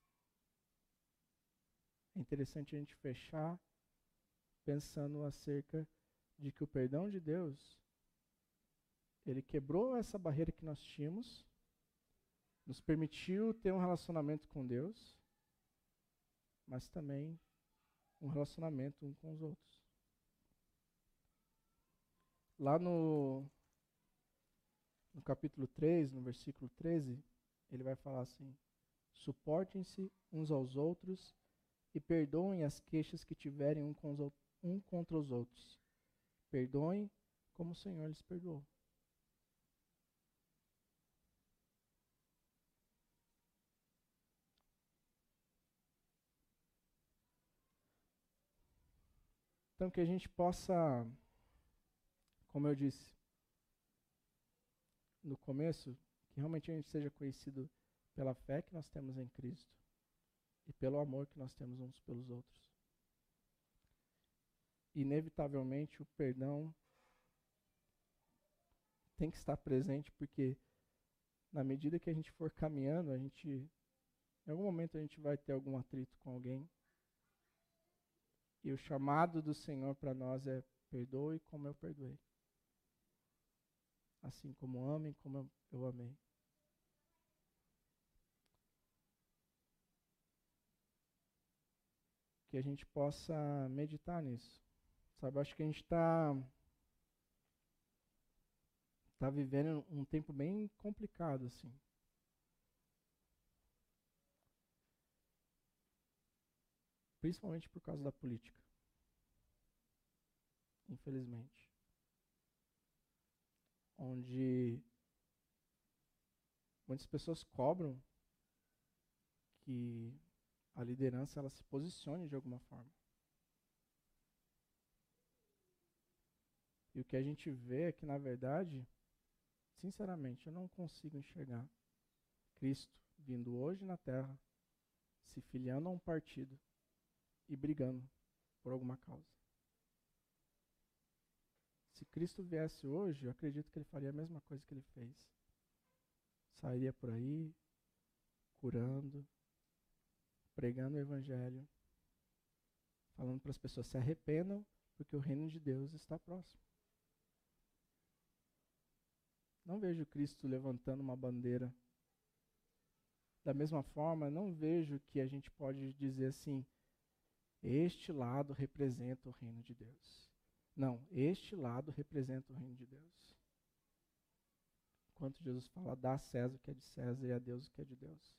é interessante a gente fechar pensando acerca de que o perdão de Deus, ele quebrou essa barreira que nós tínhamos, nos permitiu ter um relacionamento com Deus, mas também um relacionamento um com os outros. Lá no capítulo 3, no versículo 13, ele vai falar assim: suportem-se uns aos outros e perdoem as queixas que tiverem um contra os outros. Perdoem como o Senhor lhes perdoou. Então, que a gente possa, como eu disse no começo, que realmente a gente seja conhecido pela fé que nós temos em Cristo e pelo amor que nós temos uns pelos outros. Inevitavelmente, o perdão tem que estar presente, porque na medida que a gente for caminhando, em algum momento a gente vai ter algum atrito com alguém. E o chamado do Senhor para nós é: perdoe como eu perdoei. Assim como amem como eu amei. Que a gente possa meditar nisso. Sabe, eu acho que a gente está vivendo um tempo bem complicado, assim. Principalmente por causa da política. Infelizmente. Onde muitas pessoas cobram que a liderança ela se posicione de alguma forma. E o que a gente vê é que, na verdade, sinceramente, eu não consigo enxergar Cristo vindo hoje na Terra, se filiando a um partido e brigando por alguma causa. Se Cristo viesse hoje, eu acredito que ele faria a mesma coisa que ele fez. Sairia por aí, curando, pregando o Evangelho, falando para as pessoas: se arrependam, porque o reino de Deus está próximo. Não vejo Cristo levantando uma bandeira Da mesma forma, não vejo que a gente pode dizer assim, este lado representa o reino de Deus. Não, este lado representa o reino de Deus. Enquanto Jesus fala, dá a César o que é de César e a Deus o que é de Deus.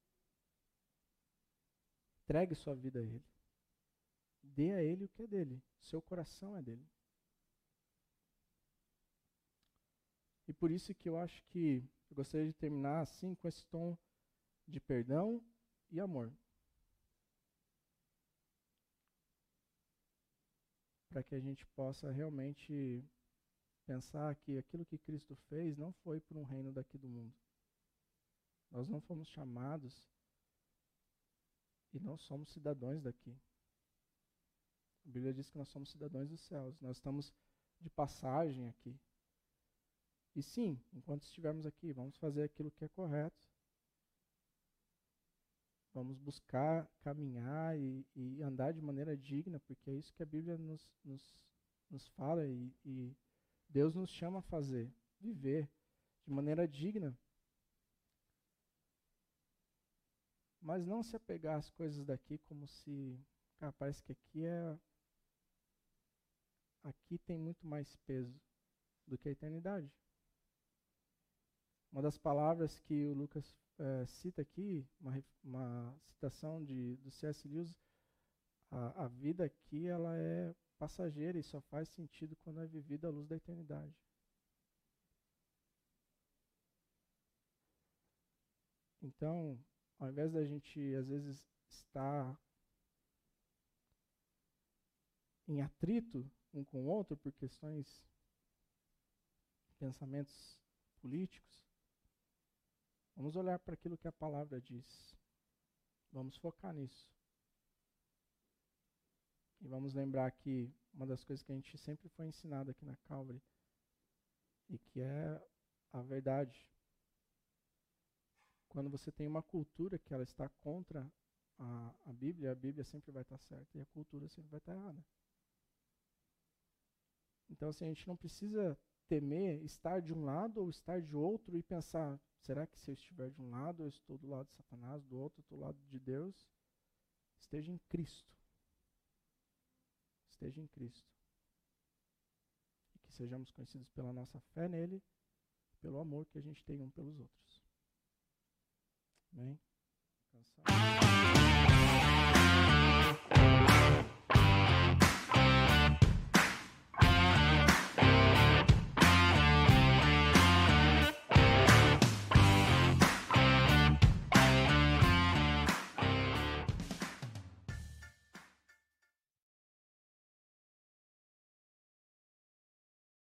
Entregue sua vida a Ele. Dê a Ele o que é dele. Seu coração é dele. E por isso que eu acho que eu gostaria de terminar assim com esse tom de perdão e amor. Para que a gente possa realmente pensar que aquilo que Cristo fez não foi por um reino daqui do mundo. Nós não fomos chamados e não somos cidadãos daqui. A Bíblia diz que nós somos cidadãos dos céus. Nós estamos de passagem aqui. E sim, enquanto estivermos aqui, vamos fazer aquilo que é correto. Vamos buscar caminhar e andar de maneira digna, porque é isso que a Bíblia nos fala e Deus nos chama a fazer, viver de maneira digna. Mas não se apegar às coisas daqui como se, cara, parece que aqui tem muito mais peso do que a eternidade. Uma das palavras que o Lucas cita aqui, uma citação do C.S. Lewis, a vida aqui ela é passageira e só faz sentido quando é vivida à luz da eternidade. Então, ao invés da gente, às vezes, estar em atrito um com o outro por questões, pensamentos políticos, vamos olhar para aquilo que a palavra diz. Vamos focar nisso. E vamos lembrar que uma das coisas que a gente sempre foi ensinado aqui na Calvary, e que é a verdade, quando você tem uma cultura que ela está contra a Bíblia sempre vai estar certa e a cultura sempre vai estar errada. Então, assim, a gente não precisa temer estar de um lado ou estar de outro e pensar, será que se eu estiver de um lado, eu estou do lado de Satanás, do outro, eu estou do lado de Deus? Esteja em Cristo. Esteja em Cristo. E que sejamos conhecidos pela nossa fé nele, pelo amor que a gente tem um pelos outros. Amém? Cansado.